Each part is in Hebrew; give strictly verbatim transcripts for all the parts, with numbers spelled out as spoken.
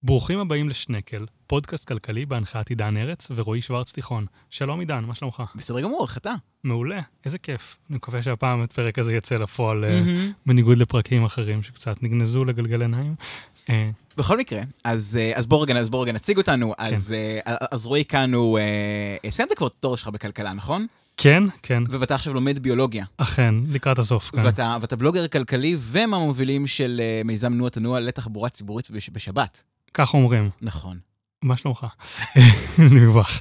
ברוכים הבאים לשנקל, פודקאסט כלכלי בהנחיית עידן ארץ ורועי שוורץ תיכון. שלום עידן, מה שלומך? בסדר גמור, איך אתה? מעולה, איזה כיף. אני מקווה שהפעם הפרק הזה יצא לפועל, mm-hmm. בניגוד לפרקים אחרים שקצת נגנזו לגלגל עיניים. בכל מקרה, אז, אז בוא רגע, אז בוא רגע נציג אותנו. כן. אז, אז רועי כאן הוא, סיימת כבר את התואר שלך בכלכלה, נכון? כן, כן. ואתה עכשיו לומד ביולוגיה. אכן, לקראת הסוף. כן. ואתה, ואתה בלוגר כלכלי ומהמובילים של מיזם נוע תנוע לתחבורה ציבורית בשבת. כך אומרים. נכון. מה שלומך? נבח.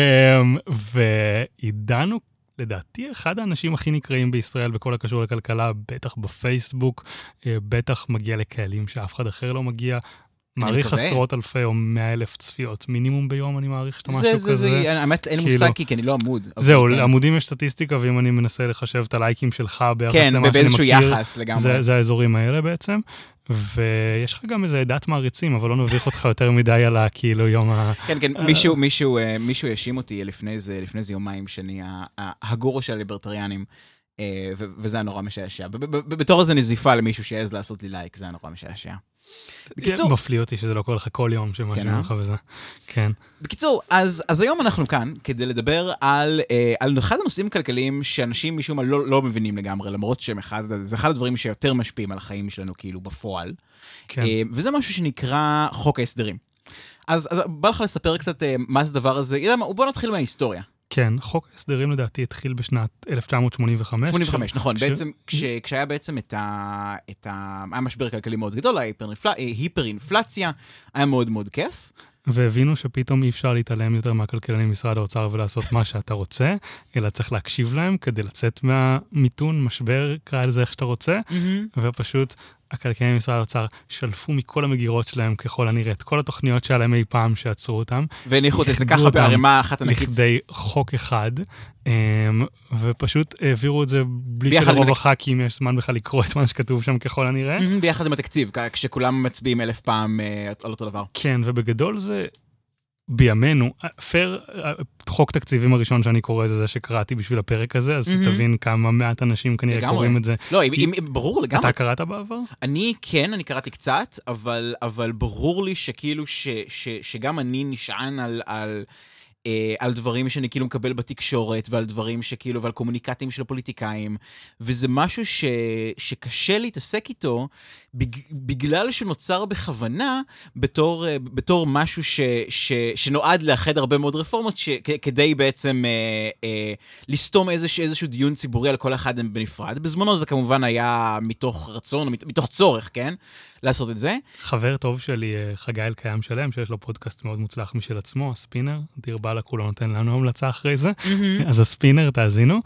ועידן הוא לדעתי אחד האנשים הכי נקראים בישראל בכל הקשור לכלכלה, בטח בפייסבוק, בטח מגיע לקהלים שאף אחד אחר לא מגיע. מעריך עשרות אלפי או מאה אלף צפיות מינימום ביום, אני מעריך שאתה משהו כזה. זה, האמת, אין מושג כי אני לא עמוד. זהו, עמודים יש סטטיסטיקה, ואם אני מנסה לחשב את הלייקים שלך ביחס למה שאני מכיר, כן, באיזשהו יחס לגמרי. זה האזורים האלה בעצם. ויש לך גם איזה עדת מעריצים, אבל לא נביך אותך יותר מדי על כאילו יום ה... כן, כן, מישהו, מישהו, מישהו האשים אותי לפני זה, לפני זה יומיים שאני הגורו של הליברטריאנים, וזה היה נורא משעשע. בתור איזה נזיפה למישהו שיעז לעשות לי לייק, זה היה נורא משעשע. בקיצור, מפליא אותי שזה לא קורה לך כל יום שמשהו לך וזה. כן. בקיצור, אז, אז היום אנחנו כאן כדי לדבר על, אה, על אחד הנושאים הכלכליים שאנשים משום מה לא, לא מבינים לגמרי, למרות שהם אחד, זה אחד הדברים שיותר משפיעים על החיים שלנו כאילו בפועל. כן. אה, וזה משהו שנקרא חוק ההסדרים. אז, אז בא לך לספר קצת אה, מה זה הדבר הזה. יודע מה, בוא נתחיל מההיסטוריה. כן, חוק ההסדרים לדעתי התחיל בשנת אלף תשע מאות שמונים וחמש. שמונים וחמש, נכון. בעצם, כשהיה בעצם את ה... היה משבר כלכלי מאוד גדול, היפר-אינפלציה, היה מאוד מאוד כיף. והבינו שפתאום אי אפשר להתעלם יותר מהכלכלנים במשרד האוצר ולעשות מה שאתה רוצה, אלא צריך להקשיב להם כדי לצאת מהמיתון, משבר, קרא לזה איך שאתה רוצה, ופשוט הכלכלנים במשרד האוצר שלפו מכל המגירות שלהם ככל הנראה, את כל התוכניות שעליהם אי פעם שעצרו אותם. והניחו את זה ככה בערימה אחת ענקית. לכדי חוק אחד, ופשוט העבירו את זה בלי שלרוב הח"כים יש זמן בכלל לקרוא את מה שכתוב שם ככל הנראה. ביחד עם התקציב, כשכולם מצביעים אלף פעם על אותו דבר. כן, ובגדול זה בימינו, פייר, חוק תקציבים הראשון שאני קורא זה זה שקראתי בשביל הפרק הזה, אז תבין כמה מעט אנשים כנראה קוראים את זה. לא, ברור לגמרי. אתה קראת בעבר? אני כן, אני קראתי קצת, אבל ברור לי שכאילו שגם אני נשען על... על דברים שאני כאילו מקבל בתקשורת, ועל דברים שכאילו, ועל קומוניקטים של הפוליטיקאים, וזה משהו ש, שקשה להתעסק איתו, בגלל שנוצר בכוונה, בתור, בתור משהו ש, ש, שנועד לאחד הרבה מאוד רפורמות, ש, כדי בעצם אה, אה, לסתום איזשהו, איזשהו דיון ציבורי על כל אחד בנפרד. בזמנו זה כמובן היה מתוך רצון, מתוך צורך, כן? לעשות את זה. חבר טוב שלי, חגי אלקיים שלם, שיש לו פודקאסט מאוד מוצלח משל עצמו, הספינר, דיר באלק, הוא לא נותן לנו המלצה אחרי זה, אז הספינר, תאזינו.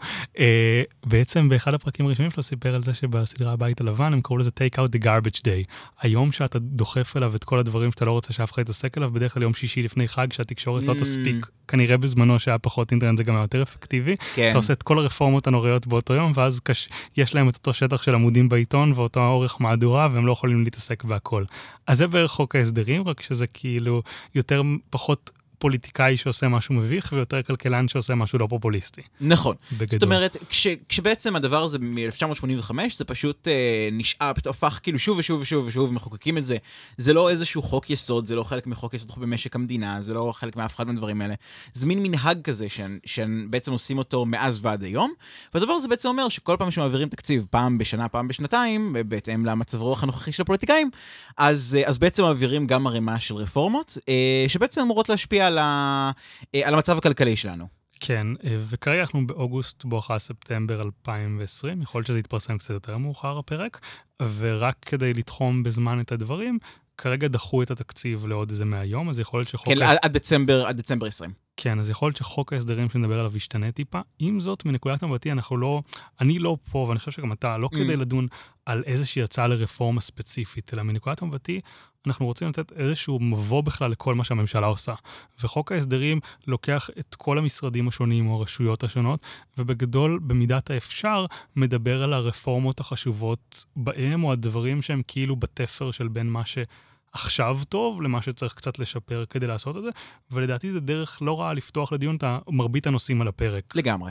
בעצם באחד הפרקים הראשונים שלו סיפר על זה שבסדרה הבית הלבן, הם קראו לזה take out the garbage day. היום שאתה דוחף אליו את כל הדברים שאתה לא רוצה שאף אחד יתעסק אליו, בדרך כלל יום שישי לפני חג, שהתקשורת לא תספיק, כנראה בזמנו שהיה פחות אינטרנט, זה גם יותר אפקטיבי. אתה עושה את כל הרפורמות הנוראיות באותו יום, ואז יש להם את אותו שטח של עמודים בעיתון, ואותו אורך מהדורה, והם לא יכולים להתעסק בהכל. אז זה בערך חוק ההסדרים, רק שזה כאילו יותר פחות פוליטיקאי שעושה משהו מביך, ויותר כלכלן שעושה משהו לא פופוליסטי. נכון. בגדול. זאת אומרת, כש, כשבעצם הדבר הזה מ-אלף תשע מאות שמונים וחמש, זה פשוט אה, נשאר, הפך כאילו שוב ושוב ושוב ושוב, מחוקקים את זה. זה לא איזשהו חוק יסוד, זה לא חלק מחוק יסוד במשק המדינה, זה לא חלק מאף אחד מהדברים האלה. זה מין מנהג כזה, שבעצם עושים אותו מאז ועד היום, והדבר הזה בעצם אומר שכל פעם שמעבירים תקציב, פעם בשנה, פעם בשנתיים, בהתאם למצב רוח הנוכחי של הפוליטיקאים, אז, אז בעצם מעבירים גם ערימה של רפורמות, אה, שבעצם אמורות להשפיע על ה... על המצב הכלכלי שלנו. כן, וכרגע אנחנו באוגוסט בואכה ספטמבר אלפיים ועשרים, יכול להיות שזה יתפרסם קצת יותר מאוחר הפרק, ורק כדי לתחום בזמן את הדברים, כרגע דחו את התקציב לעוד איזה מהיום, אז יכול להיות שחוק... כן, ההס... עד דצמבר, עד דצמבר עשרים. כן, אז יכול להיות שחוק ההסדרים שנדבר עליו ישתנה טיפה. עם זאת, מנקודת מבטי, אנחנו לא... אני לא פה, ואני חושב שגם אתה, לא mm. כדי לדון על איזושהי הצעה לרפורמה ספציפית, אלא מנקודת מבטי, אנחנו רוצים לתת איזשהו מבוא בכלל לכל מה שהממשלה עושה. וחוק ההסדרים לוקח את כל המשרדים השונים או הרשויות השונות, ובגדול, במידת האפשר, מדבר על הרפורמות החשובות בהם, או הדברים שהם כאילו בתפר של בין מה שעכשיו טוב, למה שצריך קצת לשפר כדי לעשות את זה, ולדעתי זה דרך לא רעה לפתוח לדיון את מרבית הנושאים על הפרק. לגמרי.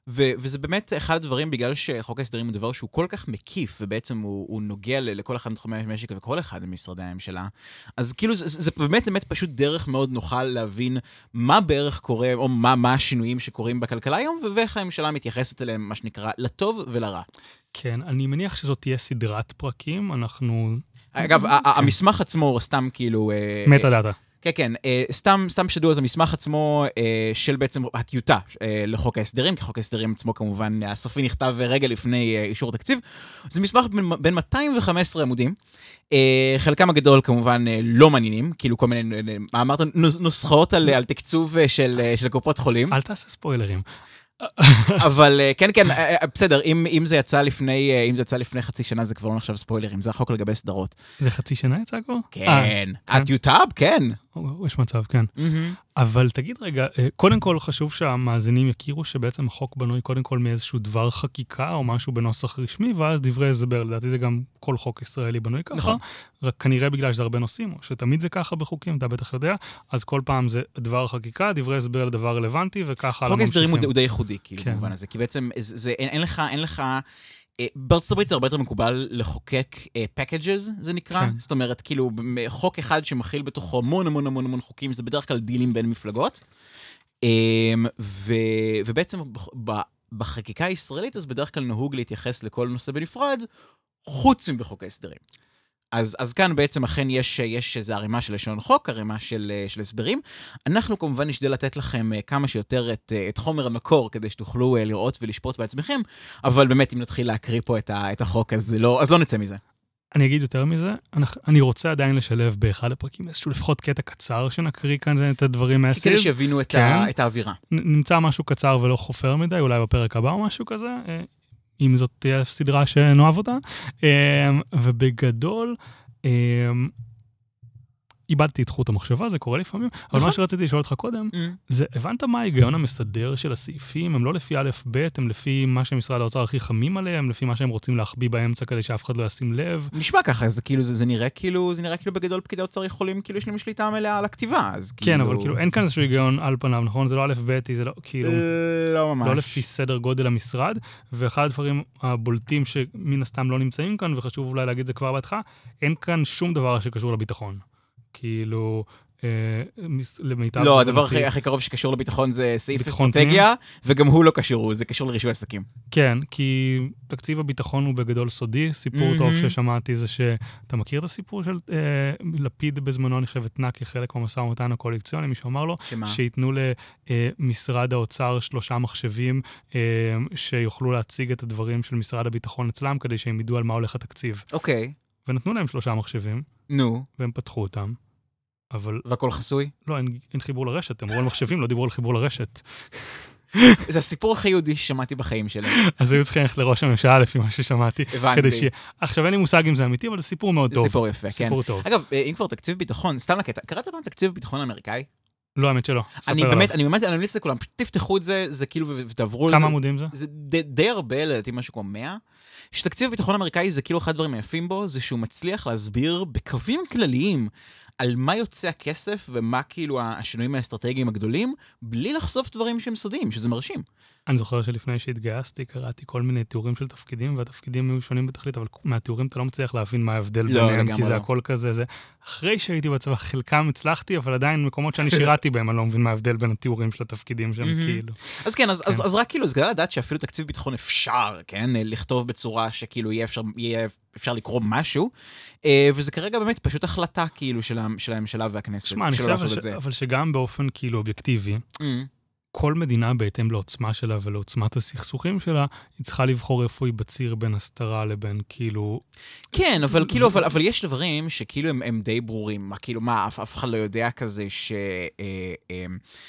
ו- וזה באמת אחד הדברים, בגלל שחוק ההסדרים הוא דבר שהוא כל כך מקיף, ובעצם הוא, הוא נוגע ל- לכל אחד מתחומי המשק וכל אחד ממשרדי הממשלה, אז כאילו זה, זה באמת באמת פשוט דרך מאוד נוכל להבין מה בערך קורה, או מה, מה השינויים שקורים בכלכלה היום, ואיך הממשלה מתייחסת אליהם, מה שנקרא, לטוב ולרע. כן, אני מניח שזאת תהיה סדרת פרקים, אנחנו... אגב, המסמך עצמו, סתם כאילו... מטה דאטה. כן, כן, סתם, סתם שתדעו, אז המסמך עצמו של בעצם הטיוטה לחוק ההסדרים, כי חוק ההסדרים עצמו כמובן, הסופי נכתב רגע לפני אישור תקציב, זה מסמך בין מאתיים וחמש עשרה עמודים, חלקם הגדול כמובן לא מעניינים, כאילו כל מיני, מה אמרת, נוסחאות על, על תקצוב של, של קופות חולים. אל תעשה ספוילרים. אבל כן, כן, בסדר, אם, אם זה יצא לפני, אם זה יצא לפני חצי שנה, זה כבר לא נחשב ספוילרים, זה החוק לגבי סדרות. זה חצי שנה יצא כבר? כן, הטיוטה, כן. יש מצב, כן. אבל תגיד רגע, קודם כל חשוב שהמאזינים יכירו שבעצם החוק בנוי קודם כל מאיזשהו דבר חקיקה או משהו בנוסח רשמי, ואז דברי הסבר, לדעתי זה גם כל חוק ישראלי בנוי ככה, רק כנראה בגלל שזה הרבה נושאים, או שתמיד זה ככה בחוקים, אתה בטח יודע, אז כל פעם זה דבר חקיקה, דברי הסבר לדבר רלוונטי, וככה... חוק הסדרים הוא די ייחודי, כאילו, במובן הזה, כי בעצם אין לך, אין לך... בארצות הברית זה הרבה יותר מקובל לחוקק packages, זה נקרא. זאת אומרת, כאילו, חוק אחד שמכיל בתוכו המון המון המון המון חוקים, זה בדרך כלל דילים בין מפלגות. ובעצם בחקיקה הישראלית, אז בדרך כלל נהוג להתייחס לכל נושא בנפרד, חוץ מבחוק ההסדרים. אז, אז כאן בעצם אכן יש, יש איזו ערימה של לשון חוק, ערימה של, של הסברים. אנחנו כמובן נשתדל לתת לכם כמה שיותר את, את חומר המקור, כדי שתוכלו לראות ולשפוט בעצמכם, אבל באמת אם נתחיל להקריא פה את, ה, את החוק, אז לא, אז לא נצא מזה. אני אגיד יותר מזה, אני רוצה עדיין לשלב באחד הפרקים איזשהו לפחות קטע קצר שנקריא כאן את הדברים מהסיב. כדי שיבינו את, כן. ה, את האווירה. נמצא משהו קצר ולא חופר מדי, אולי בפרק הבא או משהו כזה, אם זאת תהיה סדרה שנאהב אותה. ובגדול, איבדתי את חוט המחשבה, זה קורה לפעמים, אבל מה שרציתי לשאול אותך קודם, זה, הבנת מה ההיגיון המסדר של הסעיפים? הם לא לפי א' ב', הם לפי מה שמשרד האוצר הכי חמים עליהם, לפי מה שהם רוצים להחביא באמצע כדי שאף אחד לא ישים לב. נשמע ככה, זה כאילו, זה נראה כאילו, זה נראה כאילו בגדול פקידי האוצר יכולים, כאילו יש להם שליטה מלאה על הכתיבה, אז כאילו... כן, אבל כאילו אין כאן איזשהו היגיון על פניו, נכון? זה לא א' ב', זה לא, כאילו... לא ממש. לא לפי סדר גודל המשרד, ואחד הדברים הבולטים שמן הסתם לא נמצאים כאן, וחשוב אולי להגיד זה כבר בהתחלה, אין כאן שום דבר שקשור לביטחון. כאילו, למיטב... לא, הדבר הכי קרוב שקשור לביטחון זה סעיף אסטרטגיה, וגם הוא לא קשור, זה קשור לרישוי עסקים. כן, כי תקציב הביטחון הוא בגדול סודי, סיפור טוב ששמעתי זה שאתה מכיר את הסיפור של לפיד בזמנו נחשב התנה כחלק מהמשא ומתן הקואליציוני, מישהו אמר לו, שיתנו למשרד האוצר שלושה מחשבים שיוכלו להציג את הדברים של משרד הביטחון אצלם, כדי שהם ידעו על מה הולך התקציב. אוקיי. ונתנו להם שלושה מחשבים. נו. והם פתחו אותם. אבל... והכל חסוי? לא, אין, אין חיבור לרשת. הם אמרו על מחשבים, לא דיברו על חיבור לרשת. זה הסיפור הכי יהודי ששמעתי בחיים שלי. אז היו צריכים ללכת לראש הממשלה לפי מה ששמעתי. הבנתי. ש... עכשיו אין לי מושג אם זה אמיתי, אבל זה סיפור מאוד טוב. סיפור יפה, סיפור כן. טוב. אגב, אם כבר תקציב ביטחון, סתם לקטע, קראת פעם תקציב ביטחון אמריקאי? לא, האמת שלא. אני באמת, אני באמת, אני ממליץ לכולם, תפתחו את זה, זה כאילו, ותעברו לזה. כמה עמודים זה? זה די הרבה, לדעתי משהו כמו מאה. שתקציב ביטחון אמריקאי זה כאילו אחד הדברים היפים בו, זה שהוא מצליח להסביר בקווים כלליים על מה יוצא הכסף ומה כאילו השינויים האסטרטגיים הגדולים, בלי לחשוף דברים שהם סודיים, שזה מרשים. אני זוכר שלפני שהתגייסתי, קראתי כל מיני תיאורים של תפקידים, והתפקידים היו שונים בתכלית, אבל מהתיאורים אתה לא מצליח להבין מה ההבדל לא, ביניהם, כי זה הכל כזה, זה... אחרי שהייתי בצבא, חלקם הצלחתי, אבל עדיין מקומות שאני שירתי בהם, אני לא מבין מה ההבדל בין התיאורים של התפקידים שהם כאילו. אז כן, אז, אז, אז רק כאילו, אז כדאי לדעת שאפילו תקציב ביטחון אפשר, כן, לכתוב בצורה שכאילו יהיה אפשר, יהיה אפשר לקרוא משהו, וזה כרגע באמת פשוט החלטה כאילו של הממשלה והכנסת. שמה, אני חושב ש... אבל שגם באופן כאילו אובייקטיבי, כל מדינה בהתאם לעוצמה שלה ולעוצמת הסכסוכים שלה, היא צריכה לבחור איפה היא בציר בין הסתרה לבין כאילו... כן, אבל כאילו, אבל, אבל יש דברים שכאילו הם, הם די ברורים. מה, כאילו, מה, אף, אף אחד לא יודע כזה ש... אה, אה,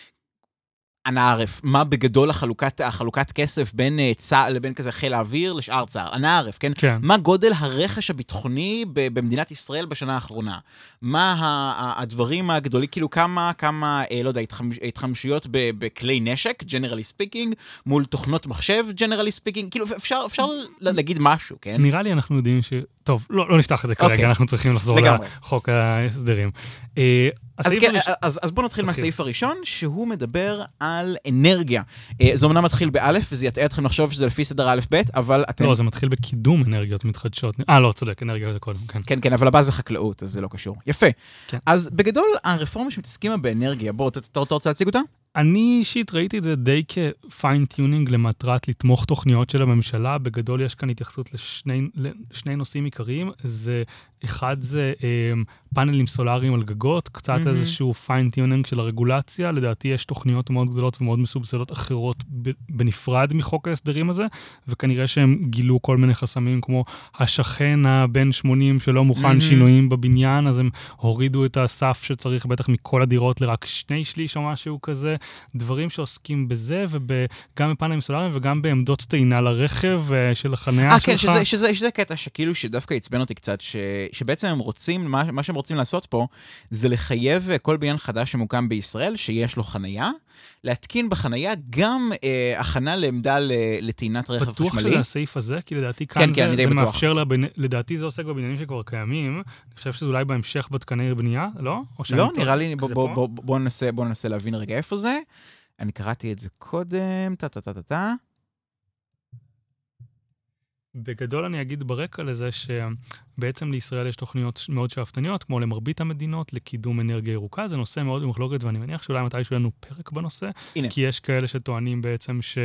אנא ערף, מה בגדול החלוקת, החלוקת כסף בין צה"ל לבין כזה חיל האוויר לשאר צה"ל? אנא ערף, כן? כן. מה גודל הרכש הביטחוני במדינת ישראל בשנה האחרונה? מה הדברים הגדולים, כאילו כמה, כמה, לא יודע, התחמשויות בכלי נשק, generally speaking, מול תוכנות מחשב, generally speaking, כאילו אפשר, אפשר להגיד משהו, כן? נראה לי אנחנו יודעים ש... טוב, לא, לא נפתח את זה כרגע, אוקיי. אנחנו צריכים לחזור לגמרי. לחוק ההסדרים. אז, כן, אז, אז בואו נתחיל מהסעיף הראשון, שהוא מדבר על אנרגיה. זה אומנם מתחיל באלף, וזה יטעה אתכם לחשוב שזה לפי סדר א' ב', אבל אתם... לא, זה מתחיל בקידום אנרגיות מתחדשות. אה, לא, צודק, אנרגיה זה קודם, כן. כן, כן, אבל הבא זה חקלאות, אז זה לא קשור. יפה. כן. אז בגדול, הרפורמה שמתעסקים בה באנרגיה, בואו, אתה רוצה להציג אותה? אני אישית ראיתי את זה די כפיין-טיונינג למטרת לתמוך תוכניות של הממשלה. בגדול יש כאן התייחסות לשני, לשני נושאים עיקריים. זה, אחד זה אה, פאנלים סולאריים על גגות, קצת mm-hmm. איזשהו פיין-טיונינג של הרגולציה. לדעתי יש תוכניות מאוד גדולות ומאוד מסובסדות אחרות בנפרד מחוק ההסדרים הזה, וכנראה שהם גילו כל מיני חסמים כמו השכן הבן שמונים שלא מוכן mm-hmm. שינויים בבניין, אז הם הורידו את הסף שצריך בטח מכל הדירות לרק שני שליש או משהו כזה. דברים שעוסקים בזה, וגם בפאנלים סולאריים וגם בעמדות טעינה לרכב של החניה שלך. אה, כן, שזה, שזה, שזה קטע שכאילו שדווקא יצבן אותי קצת, ש, שבעצם הם רוצים, מה, מה שהם רוצים לעשות פה, זה לחייב כל בניין חדש שמוקם בישראל, שיש לו חניה, להתקין בחניה גם אה, הכנה לעמדה לטעינת רכב בטוח חשמלי. בטוח שזה הסעיף הזה, כי לדעתי כאן כן, זה, כן, זה בטוח. מאפשר, לבנ... לדעתי זה עוסק בבניינים שכבר קיימים, אני חושב שזה אולי בהמשך בתקני בנייה, לא? לא, נראה לי, בוא, בוא, בוא, בוא, ננסה, בוא ננסה להבין רגע איפה זה. אני קראתי את זה קודם, טה טה טה טה טה. בגדול אני אגיד ברקע לזה שבעצם לישראל יש תוכניות מאוד שאפתניות, כמו למרבית המדינות, לקידום אנרגיה ירוקה. זה נושא מאוד במחלוקת, ואני מניח שאולי מתישהו לנו פרק בנושא, הנה. כי יש כאלה שטוענים בעצם ש...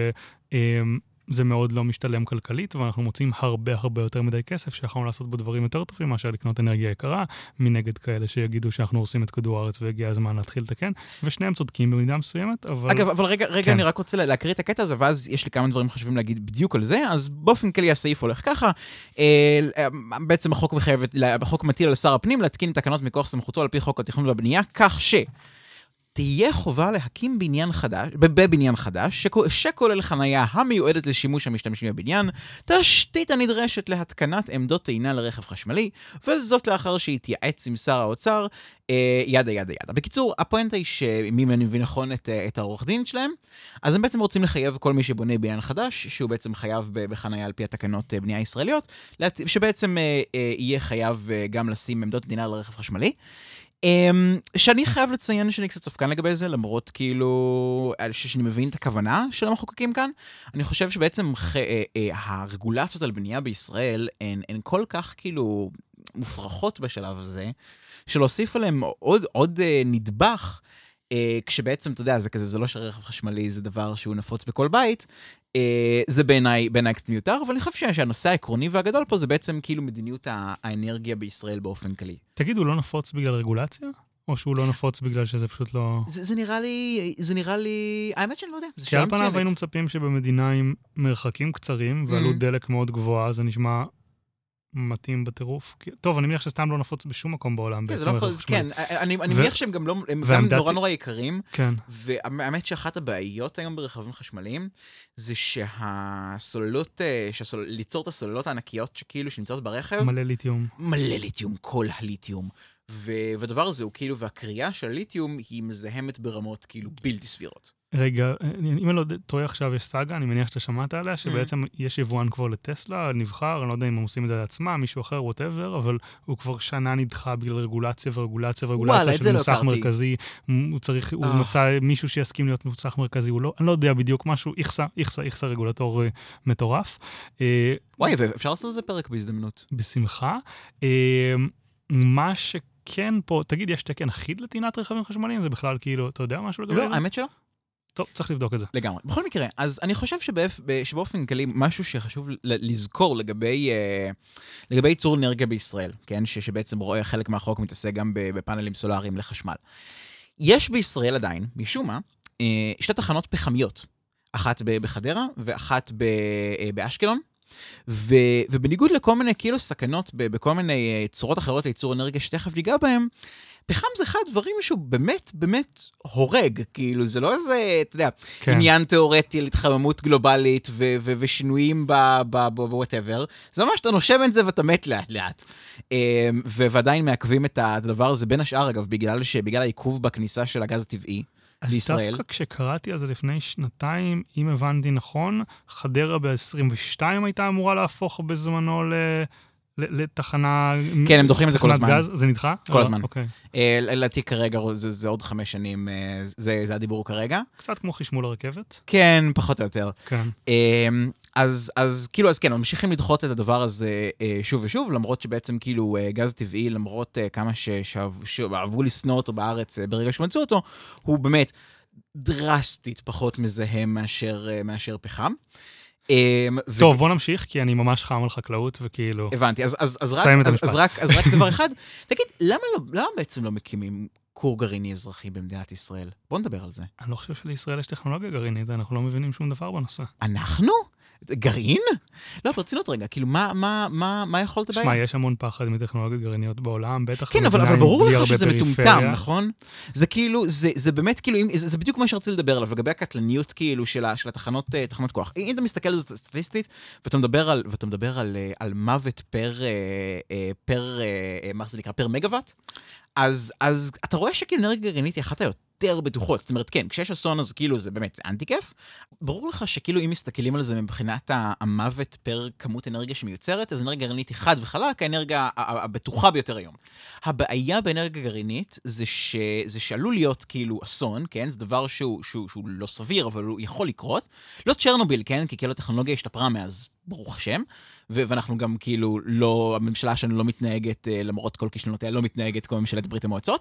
זה מאוד לא משתלם כלכלית, ואנחנו מוצאים הרבה הרבה יותר מדי כסף שיכולנו לעשות בו דברים יותר טובים מאשר לקנות אנרגיה יקרה, מנגד כאלה שיגידו שאנחנו הורסים את כדור הארץ והגיע הזמן להתחיל לתקן, ושניהם צודקים במידה מסוימת, אבל... אגב, אבל רגע, רגע, כן. אני רק רוצה להקריא את הקטע הזה, ואז יש לי כמה דברים חשובים להגיד בדיוק על זה, אז באופן כללי הסעיף הולך ככה, אה, בעצם החוק מחייב, החוק מטיל על שר הפנים להתקין תקנות מכוח סמכותו על פי חוק התכנון והבנייה, כך ש... תהיה חובה להקים בניין חדש, בבניין חדש, שכולל חנייה המיועדת לשימוש המשתמשים בבניין, תשתית הנדרשת להתקנת עמדות טעינה לרכב חשמלי, וזאת לאחר שהתייעץ עם שר האוצר, אה, ידה ידה ידה. בקיצור, הפואנטה היא שמי אני מבין נכון את, את העורך דין שלהם, אז הם בעצם רוצים לחייב כל מי שבונה בניין חדש, שהוא בעצם חייב בחנייה על פי התקנות בנייה ישראליות, שבעצם אה, אה, יהיה חייב גם לשים עמדות טעינה לרכב חשמלי. שאני חייב לציין שאני קצת ספקן לגבי זה, למרות כאילו שאני מבין את הכוונה של המחוקקים כאן. אני חושב שבעצם הרגולציות על בנייה בישראל הן, הן כל כך כאילו מופרכות בשלב הזה, שלהוסיף עליהם עוד, עוד נדבך, כשבעצם, אתה יודע, זה כזה, זה לא שרכב חשמלי, זה דבר שהוא נפוץ בכל בית, זה בעיניי, בעיניי קצת מיותר, אבל אני חושב שהנושא העקרוני והגדול פה זה בעצם כאילו מדיניות האנרגיה בישראל באופן כללי. תגיד, הוא לא נפוץ בגלל רגולציה? או שהוא לא נפוץ בגלל שזה פשוט לא... זה, זה נראה לי, זה נראה לי, האמת שאני לא יודע, זה כי שאלה על פניו מצוינת. היינו מצפים שבמדינה עם מרחקים קצרים, ועלות דלק מאוד גבוהה, זה נשמע מתאים בטירוף. טוב, אני מניח שסתם לא נפוץ בשום מקום בעולם. כן, זה לא נפוץ, כן. אני מניח שהם גם לא, הם גם נורא נורא יקרים. כן. והאמת שאחת הבעיות היום ברכבים חשמליים, זה שהסוללות, ליצור את הסוללות הענקיות שכאילו שנמצאות ברכב. מלא ליתיום. מלא ליתיום, כל הליתיום. והדבר הזה הוא כאילו, והקריאה של הליתיום היא מזהמת ברמות כאילו בלתי סבירות. רגע, אם אני לא טועה עכשיו יש סאגה, אני מניח שאתה שמעת עליה, שבעצם יש יבואן כבר לטסלה, נבחר, אני לא יודע אם הם עושים את זה לעצמם, מישהו אחר, whatever, אבל הוא כבר שנה נדחה בגלל רגולציה ורגולציה ורגולציה של מוסך מרכזי, הוא צריך, הוא מצא מישהו שיסכים להיות מוסך מרכזי, הוא לא, אני לא יודע בדיוק משהו, איכסה, איכסה, איכסה רגולטור מטורף. וואי, ואפשר לעשות לזה פרק בהזדמנות. בשמחה. מה שכן פה, תגיד, יש תקן אחיד לטעינת רכבים חשמליים? זה בכלל כאילו, אתה יודע משהו לגבי זה? לא, האמת שלא. טוב, צריך לבדוק את זה. לגמרי. בכל מקרה, אז אני חושב שבאופן כללי, משהו שחשוב לזכור לגבי, לגבי ייצור אנרגיה בישראל, כן? שבעצם רואה חלק מהחוק מתעסק גם בפאנלים סולאריים לחשמל. יש בישראל עדיין, משום מה, שתי תחנות פחמיות. אחת בחדרה ואחת באשקלון. ו, ובניגוד לכל מיני כאילו סכנות בכל מיני צורות אחרות לייצור אנרגיה שתכף ניגע בהם, פחם זה אחד הדברים שהוא באמת, באמת הורג, כאילו זה לא איזה, אתה יודע, כן. עניין תיאורטי על התחממות גלובלית ו- ו- ושינויים ב-whatever, זה ממש אתה נושם את זה ואתה מת לאט לאט. ו- ועדיין מעכבים את הדבר הזה, בין השאר אגב, בגלל שבגלל העיכוב בכניסה של הגז הטבעי, אז לישראל. דווקא כשקראתי על זה לפני שנתיים, אם הבנתי נכון, חדרה ב-עשרים ושתיים הייתה אמורה להפוך בזמנו ל... לתחנה... כן, הם דוחים את זה כל הזמן. גז, זה נדחה? כל הזמן. אוקיי. לדעתי כרגע זה, זה עוד חמש שנים, זה, זה הדיבור כרגע. קצת כמו חשמול הרכבת. כן, פחות או יותר. כן. אז, אז כאילו, אז כן, ממשיכים לדחות את הדבר הזה שוב ושוב, למרות שבעצם כאילו גז טבעי, למרות כמה שאהבו לשנוא אותו בארץ ברגע שמצאו אותו, הוא באמת דרסטית פחות מזהם מאשר, מאשר פחם. טוב, בוא נמשיך, כי אני ממש חם על חקלאות, וכאילו... הבנתי, אז, אז, אז, רק, אז, אז, רק, אז רק דבר אחד, תגיד, למה, לא, למה בעצם לא מקימים כור גרעיני אזרחי במדינת ישראל? בוא נדבר על זה. אני לא חושב שלישראל יש טכנולוגיה גרעינית, אנחנו לא מבינים שום דבר בנושא. אנחנו? גרעין? לא, ברצינות רגע, כאילו, מה, מה, מה, מה יכולת בעיה? שמע, יש המון פחד מטכנולוגיות גרעיניות בעולם, בטח... כן, אבל, אבל ברור לך שזה מטומטם, נכון? זה כאילו, זה, זה באמת כאילו, זה, זה בדיוק מה שרציתי לדבר עליו, לגבי הקטלניות כאילו של, של התחנות, תחנות כוח. אם אתה מסתכל על זה סטטיסטית, ואתה מדבר על, ואתה מדבר על, על מוות פר, פר, מה זה נקרא, פר מגוואט, אז, אז אתה רואה שכאילו אנרגיה גרעינית היא אחת היותר בטוחות. זאת אומרת, כן, כשיש אסון, אז כאילו זה באמת, זה אנטי כיף. ברור לך שכאילו אם מסתכלים על זה מבחינת המוות פר כמות אנרגיה שמיוצרת, אז אנרגיה גרעינית היא חד וחלק, האנרגיה הבטוחה ביותר היום. הבעיה באנרגיה גרעינית זה, ש... זה שעלול להיות כאילו אסון, כן? זה דבר שהוא, שהוא, שהוא לא סביר, אבל הוא יכול לקרות. לא צ'רנוביל, כן? כי כאילו הטכנולוגיה השתפרה מאז, ברוך השם. ו- ואנחנו גם כאילו לא, הממשלה שלנו לא מתנהגת, למרות כל כישלונותיה, לא מתנהגת כמו ממשלת ברית המועצות.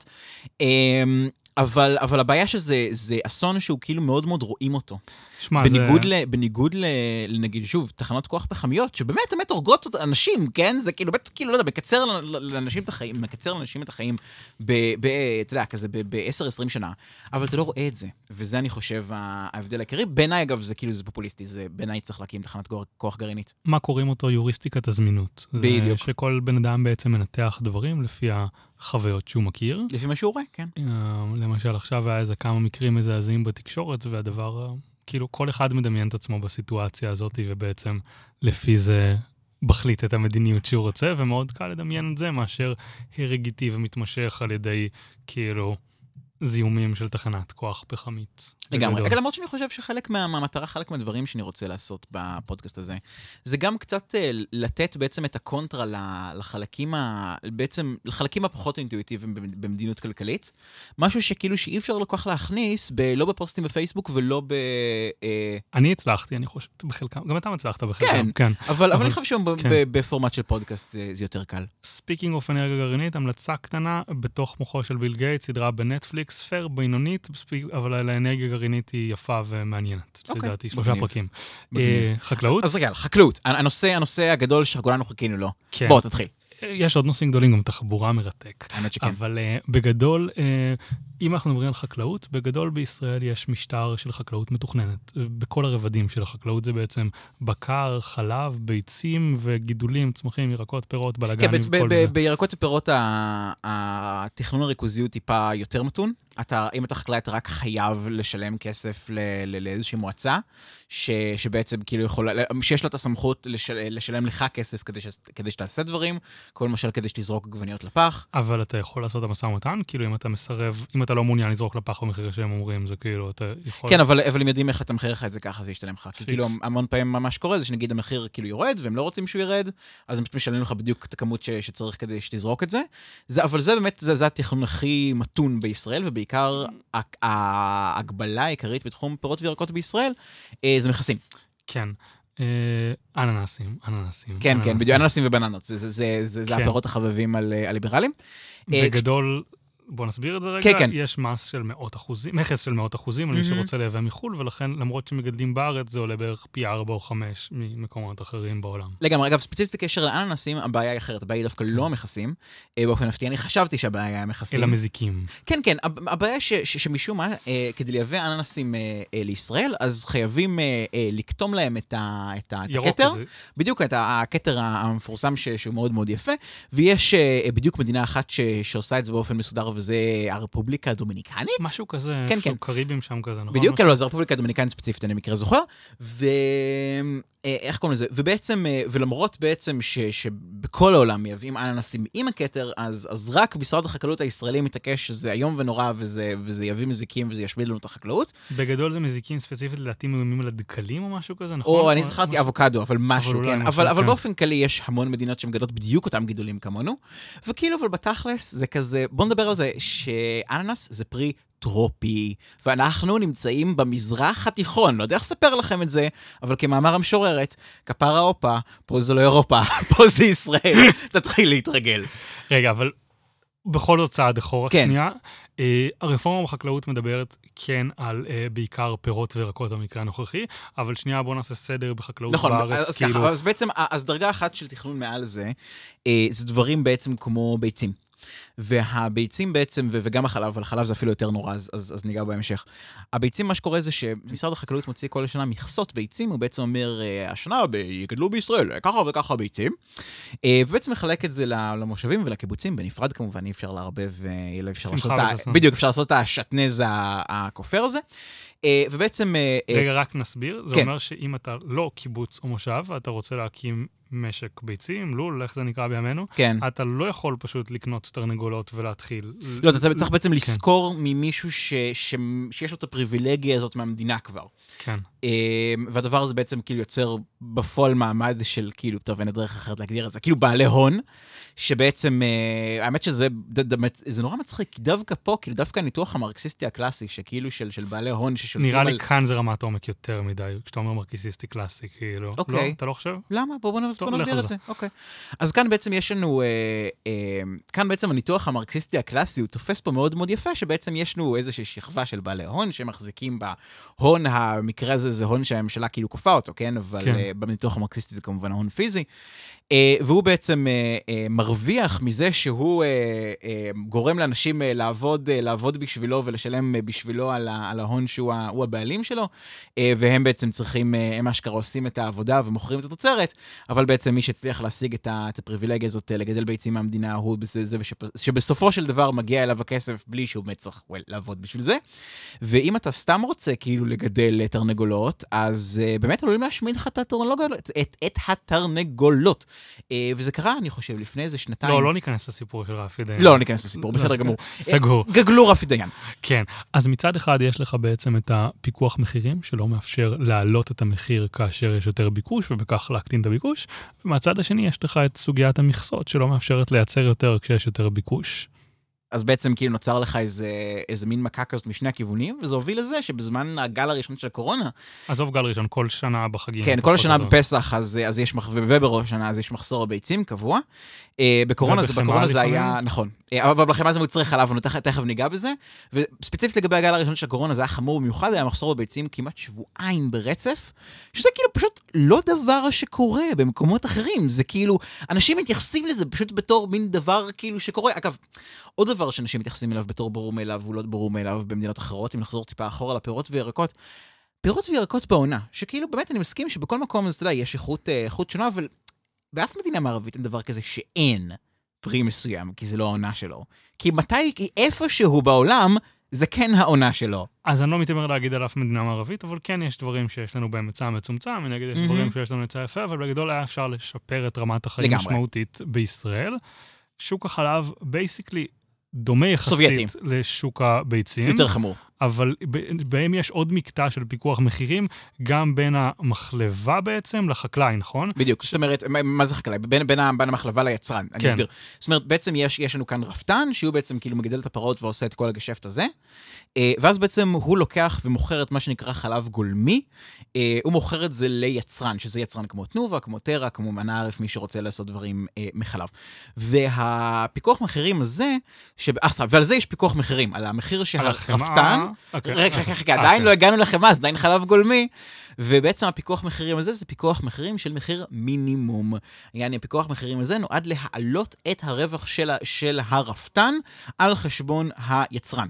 אבל, אבל הבעיה שזה, זה אסון שהוא כאילו מאוד מאוד רואים אותו. שמה, בניגוד, זה... ל, בניגוד ל, לנגיד, שוב, תחנות כוח פחמיות, שבאמת, באמת הורגות אנשים, כן? זה כאילו, באמת, כאילו, לא יודע, מקצר לאנשים את החיים, מקצר לאנשים את החיים ב, ב, אתה יודע, כזה, ב-עשר עשרים שנה. אבל אתה לא רואה את זה. וזה, אני חושב, ההבדל העיקרי. בעיניי, אגב, זה כאילו, זה פופוליסטי, זה בעיניי צריך להקים תחנת כוח גרעינית. מה קוראים אותו יוריסטיקת הזמינות. בדיוק. שכל בן אדם בעצם מנתח דברים לפי החוויות שהוא מכיר. לפי מה שהוא רואה, כן. למשל, עכשיו היה איזה כמה מקרים מזעזעים בתקשורת, והדבר, כאילו, כל אחד מדמיין את עצמו בסיטואציה הזאת, ובעצם לפי זה מחליט את המדיניות שהוא רוצה, ומאוד קל לדמיין את זה, מאשר הרג איטי ומתמשך על ידי, כאילו, זיהומים של תחנת כוח פחמית. לגמרי. אגב, למרות שאני חושב שחלק מהמטרה, חלק מהדברים שאני רוצה לעשות בפודקאסט הזה, זה גם קצת לתת בעצם את הקונטרה לחלקים, בעצם לחלקים הפחות אינטואיטיביים במדיניות כלכלית. משהו שכאילו שאי אפשר לקוח להכניס, לא בפוסטים בפייסבוק ולא ב... אני הצלחתי, אני חושב, בחלקם, גם אתה מצלחת בחלקם. כן, אבל אני חושב שבפורמט של פודקאסט זה יותר קל. ספיקינג אוף אנרגיה גרעינית, המלצה קטנה בתוך מוחו של ביל גייטס, סדרה בנטפליקס, פייר, בינונית, אבל על האנרגיה גרעינית היא יפה ומעניינת. לדעתי, שלושה פרקים. חקלאות? אז רגע, חקלאות. הנושא הגדול שכולנו חיכינו לו. בוא, תתחיל. יש עוד נושאים גדולים, גם תחבורה מרתק. האמת שכן. אבל בגדול, אם אנחנו מדברים על חקלאות, בגדול בישראל יש משטר של חקלאות מתוכננת. בכל הרבדים של החקלאות זה בעצם בקר, חלב, ביצים וגידולים, צמחים, ירקות, פירות, בלגנים, כל זה. בירקות ופירות התכנון הריכוזיות טיפה יותר מתון. אם אתה חקלאי, אתה רק חייב לשלם כסף לאיזושהי מועצה, שבעצם כאילו יכולה, שיש לה את הסמכות לשלם לך כסף כדי שתעשה דברים, כל למשל כדי שתזרוק גווניות לפח. אבל אתה יכול לעשות את המשא ומתן, כאילו אם אתה מסרב, אם אתה לא מעוניין לזרוק לפח במחיר שהם אומרים, זה כאילו, אתה יכול... כן, אבל, אבל אם יודעים איך לתמחר לך את זה ככה, זה ישתלם לך. כי כאילו המון פעמים מה שקורה זה שנגיד המחיר כאילו יורד, והם לא רוצים שהוא ירד, אז הם פשוט משלמים לך בדיוק את הכמות ש, שצריך כדי שתזרוק את זה. זה, אבל זה באמת, זה, זה התכנון הכי מתון בישראל, ובעיקר ההגבלה העיקרית בתחום פירות וירקות בישראל, זה מכסים. כן. אננסים, אננסים. כן, כן, בדיוק, אננסים ובננות. זה הפירות החבבים הליברליים. בגדול, בוא נסביר את זה רגע. יש מס של מאות אחוזים, מכס של מאות אחוזים, על מי שרוצה לייבא מחול, ולכן, למרות שמגדלים בארץ, זה עולה בערך פי ארבע או חמש ממקומות אחרים בעולם. לגמרי, אגב, ספציפית בקשר לאננסים, הבעיה היא אחרת. הבעיה היא דווקא לא המכסים. באופן מפתיע, אני חשבתי שהבעיה היא המכסים. אלא מזיקים. כן, כן. הבעיה שמשום מה, כדי לייבא אננסים לישראל, אז חייבים לקטום להם את הכתר. בדיוק, את הכתר המפורסם שהוא מאוד מאוד יפה, ויש בדיוק מדינה אחת שעושה את זה באופן מסודר וזה הרפובליקה הדומיניקנית. משהו כזה, כן, כן. קריבים שם כזה, נכון? בדיוק, כן, לא, זה הרפובליקה הדומיניקנית ספציפית, אני מקרה זוכר. ואיך קוראים לזה? ובעצם, ולמרות בעצם ש... שבכל העולם מייבאים אננסים עם הכתר, אז, אז רק משרד החקלאות הישראלי מתעקש שזה היום ונורא, וזה, וזה יביא מזיקים וזה ישמיד לנו את החקלאות. בגדול זה מזיקים ספציפית לדעתי מאוימים על הדקלים או משהו כזה, נכון? או אני זכרתי אבוקדו, אבל משהו, כן. משהו, אבל, אבל כן. באופן כללי יש המון מדינות שמגדלות בדיוק אותם גידולים כמונו, וכאילו, אבל בתכלס זה כזה, בוא נדבר על זה, שאננס זה פרי טרופי, ואנחנו נמצאים במזרח התיכון, לא יודע איך לספר לכם את זה, אבל כמאמר המשוררת, כפרה אופה, פה זה לא אירופה, פה זה ישראל, תתחיל להתרגל. רגע, אבל בכל זאת צעד אחורה כן. שנייה, אה, הרפורמה בחקלאות מדברת כן על אה, בעיקר פירות וירקות במקרה הנוכחי, אבל שנייה בוא נעשה סדר בחקלאות נכון, בארץ. אז כאילו... ככה, אז בעצם, אז דרגה אחת של תכנון מעל זה, אה, זה דברים בעצם כמו ביצים. והביצים בעצם, ו- וגם החלב, אבל החלב זה אפילו יותר נורא, אז, אז, אז ניגע בהמשך. הביצים, מה שקורה זה שמשרד החקלאות מוציא כל השנה מכסות ביצים, הוא בעצם אומר, השנה ב- יגדלו בישראל, ככה וככה ביצים, ובעצם מחלק את זה למושבים ולקיבוצים, בנפרד כמובן, אי אפשר להרבב, ואי אפשר לעשות, ה- בדיוק, אפשר לעשות את השטנז הכופר הזה, ובעצם... רגע, רק נסביר, זה כן. אומר שאם אתה לא קיבוץ או מושב, אתה רוצה להקים משק ביצים, לול, איך זה נקרא בימינו, כן. אתה לא יכול פשוט לקנות תרנגולות ולהתחיל. לא, אתה צריך בעצם כן. לזכור ממישהו ש... ש... שיש לו את הפריבילגיה הזאת מהמדינה כבר. כן. והדבר הזה בעצם כאילו יוצר בפועל מעמד של כאילו, טוב, אין דרך אחרת להגדיר את זה, כאילו בעלי הון, שבעצם, האמת שזה זה נורא מצחיק, דווקא פה, כאילו דווקא הניתוח המרקסיסטי הקלאסי, שכאילו של, של בעלי הון ששולטים נראה על... לי כאן זה רמת עומק יותר מדי, כשאתה אומר מרקסיסטי קלאסי, כאילו. אוקיי. לא, אתה לא חושב? למה? בואו בוא טוב, נסביר לך את זה. אוקיי. אז כאן בעצם יש לנו, אה, אה, כאן בעצם הניתוח המרקסיסטי הקלאסי, הוא תופס פה מאוד מאוד יפה, שבעצם יש לנו איזושהי שכבה של בעלי הון, שמחזיקים בהון, המקרה הזה זה הון שהממשלה כאילו כופה אותו, כן? אבל כן. אה, בניתוח המרקסיסטי זה כמובן הון פיזי. Uh, והוא בעצם uh, uh, מרוויח מזה שהוא uh, uh, גורם לאנשים uh, לעבוד, uh, לעבוד בשבילו ולשלם uh, בשבילו על, ה- על ההון שהוא ה- הוא הבעלים שלו, uh, והם בעצם צריכים, uh, הם אשכרה עושים את העבודה ומוכרים את התוצרת, אבל בעצם מי שהצליח להשיג את, ה- את הפריבילגיה הזאת uh, לגדל ביצים מהמדינה, הוא זה, זה ושפ- שבסופו של דבר מגיע אליו הכסף בלי שהוא באמת צריך well, לעבוד בשביל זה. ואם אתה סתם רוצה כאילו לגדל תרנגולות, אז uh, באמת עלולים להשמיד לך את התרנגולות, את, את התרנגולות. וזה קרה, אני חושב, לפני איזה שנתיים. לא, לא ניכנס לסיפור של רפי דיין. לא, לא ניכנס לסיפור, בסדר גמור. סגור. גגלו רפי דיין. כן, אז מצד אחד יש לך בעצם את הפיקוח מחירים, שלא מאפשר להעלות את המחיר כאשר יש יותר ביקוש, ובכך להקטין את הביקוש, ומהצד השני יש לך את סוגיית המכסות, שלא מאפשרת לייצר יותר כשיש יותר ביקוש. אז בעצם כאילו נוצר לך איזה, איזה מין מכה כזאת משני הכיוונים, וזה הוביל לזה שבזמן הגל הראשון של הקורונה... עזוב גל ראשון, כל שנה בחגים. כן, כל שנה בפסח, אז, אז יש מחסור, ובראש שנה, אז יש מחסור ביצים קבוע. בקורונה זה, בקורונה זה היה, נכון. אבל בחמאה זה מוצרי חלב, ותכף תכף ניגע בזה. וספציפית לגבי הגל הראשון של הקורונה, זה היה חמור במיוחד, היה מחסור בביצים כמעט שבועיים ברצף, שזה כאילו פשוט לא דבר שקורה במקומות אחרים. זה כאילו, אנשים מתייחסים לזה פשוט בתור מין דבר כאילו שקורה. אגב, עוד דבר שאנשים מתייחסים אליו בתור ברור מאליו, הוא לא ברור מאליו במדינות אחרות, אם נחזור טיפה אחורה לפירות וירקות. פירות וירקות בעונה, שכאילו באמת אני מסכים שבכל מקום, אז אתה יודע, יש איכות, איכות שונה, אבל באף מדינה מערבית אין דבר כזה שאין פרי מסוים, כי זה לא העונה שלו. כי מתי, כי איפשהו בעולם, זה כן העונה שלו. אז אני לא מתאמר להגיד על אף מדינה מערבית, אבל כן יש דברים שיש לנו בהם היצע מצומצם, אני אגיד, יש דברים שיש לנו היצע יפה, אבל בגדול היה אפשר לשפר את רמת החיים משמעותית בישראל. שוק החלב, basically, דומה יחסית לשוק הביצים. יותר חמור. אבל בהם יש עוד מקטע של פיקוח מחירים, גם בין המחלבה בעצם לחקלאי, נכון? בדיוק, זאת אומרת, מה זה חקלאי? בין, בין, בין המחלבה ליצרן, אני אסביר. זאת אומרת, בעצם יש, יש לנו כאן רפתן, שהוא בעצם כאילו מגדל את הפרות ועושה את כל הגשפט הזה, ואז בעצם הוא לוקח ומוכר את מה שנקרא חלב גולמי, הוא מוכר את זה ליצרן, שזה יצרן כמו תנובה, כמו טרה, כמו מנערף, מי שרוצה לעשות דברים מחלב. והפיקוח מחירים הזה, ועל זה יש פיקוח מחירים, על המחיר שהרפתן, רגע, רגע, עדיין לא הגענו לחמאה, אז עדיין חלב גולמי, ובעצם הפיקוח מחירים הזה, זה פיקוח מחירים של מחיר מינימום. יעני, הפיקוח מחירים הזה נועד להעלות את הרווח של הרפתן על חשבון היצרן.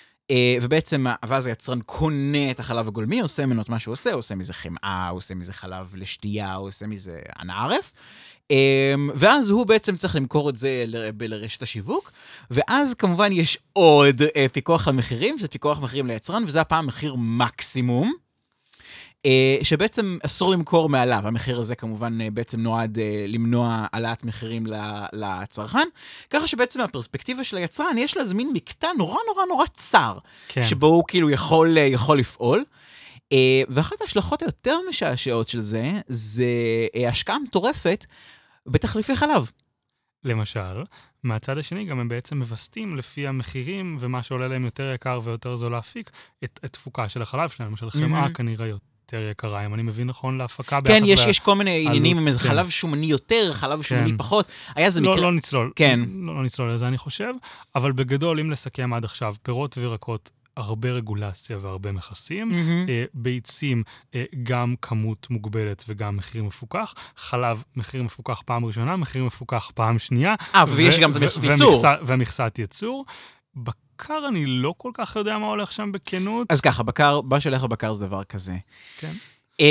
ובעצם, ואז היצרן קונה את החלב הגולמי, עושה ממנו את מה שהוא עושה, עושה מזה חמאה, עושה מזה חלב לשתייה, עושה מזה ענערף, ואז הוא בעצם צריך למכור את זה לרשת השיווק, ואז כמובן יש עוד פיקוח על מחירים, זה פיקוח מחירים ליצרן, וזה הפעם מחיר מקסימום, שבעצם אסור למכור מעליו. המחיר הזה כמובן בעצם נועד למנוע העלאת מחירים לצרכן, ככה שבעצם הפרספקטיבה של היצרן, יש לה זמין מקטע נורא נורא נורא צר, כן. שבו הוא כאילו יכול, יכול לפעול. ואחת ההשלכות היותר משעשעות של זה, זה השקעה מטורפת בתחליפי חלב. למשל, מהצד השני גם הם בעצם מבסטים לפי המחירים, ומה שעולה להם יותר יקר ויותר זול להפיק, את, את תפוקה של החלב שלהם. למשל, חמאה mm-hmm. כנראה יותר יקרה, אם אני מבין נכון, להפקה ביחס... כן, יש, לה... יש כל מיני עניינים, עם כן. חלב שומני יותר, חלב כן. שומני פחות. היה זה לא, מקרה... לא נצלול. כן. לא, לא נצלול לזה, אני חושב, אבל בגדול, אם לסכם עד עכשיו, פירות וירקות, הרבה רגולציה והרבה מכסים, mm-hmm. uh, ביצים uh, גם כמות מוגבלת וגם מחיר מפוקח, חלב מחיר מפוקח פעם ראשונה, מחיר מפוקח פעם שנייה. אה, ויש גם את ייצור. ומכסת ייצור. בקר אני לא כל כך יודע מה הולך שם בכנות. אז ככה, בקר, מה שהולך בבקר זה דבר כזה. כן. Um,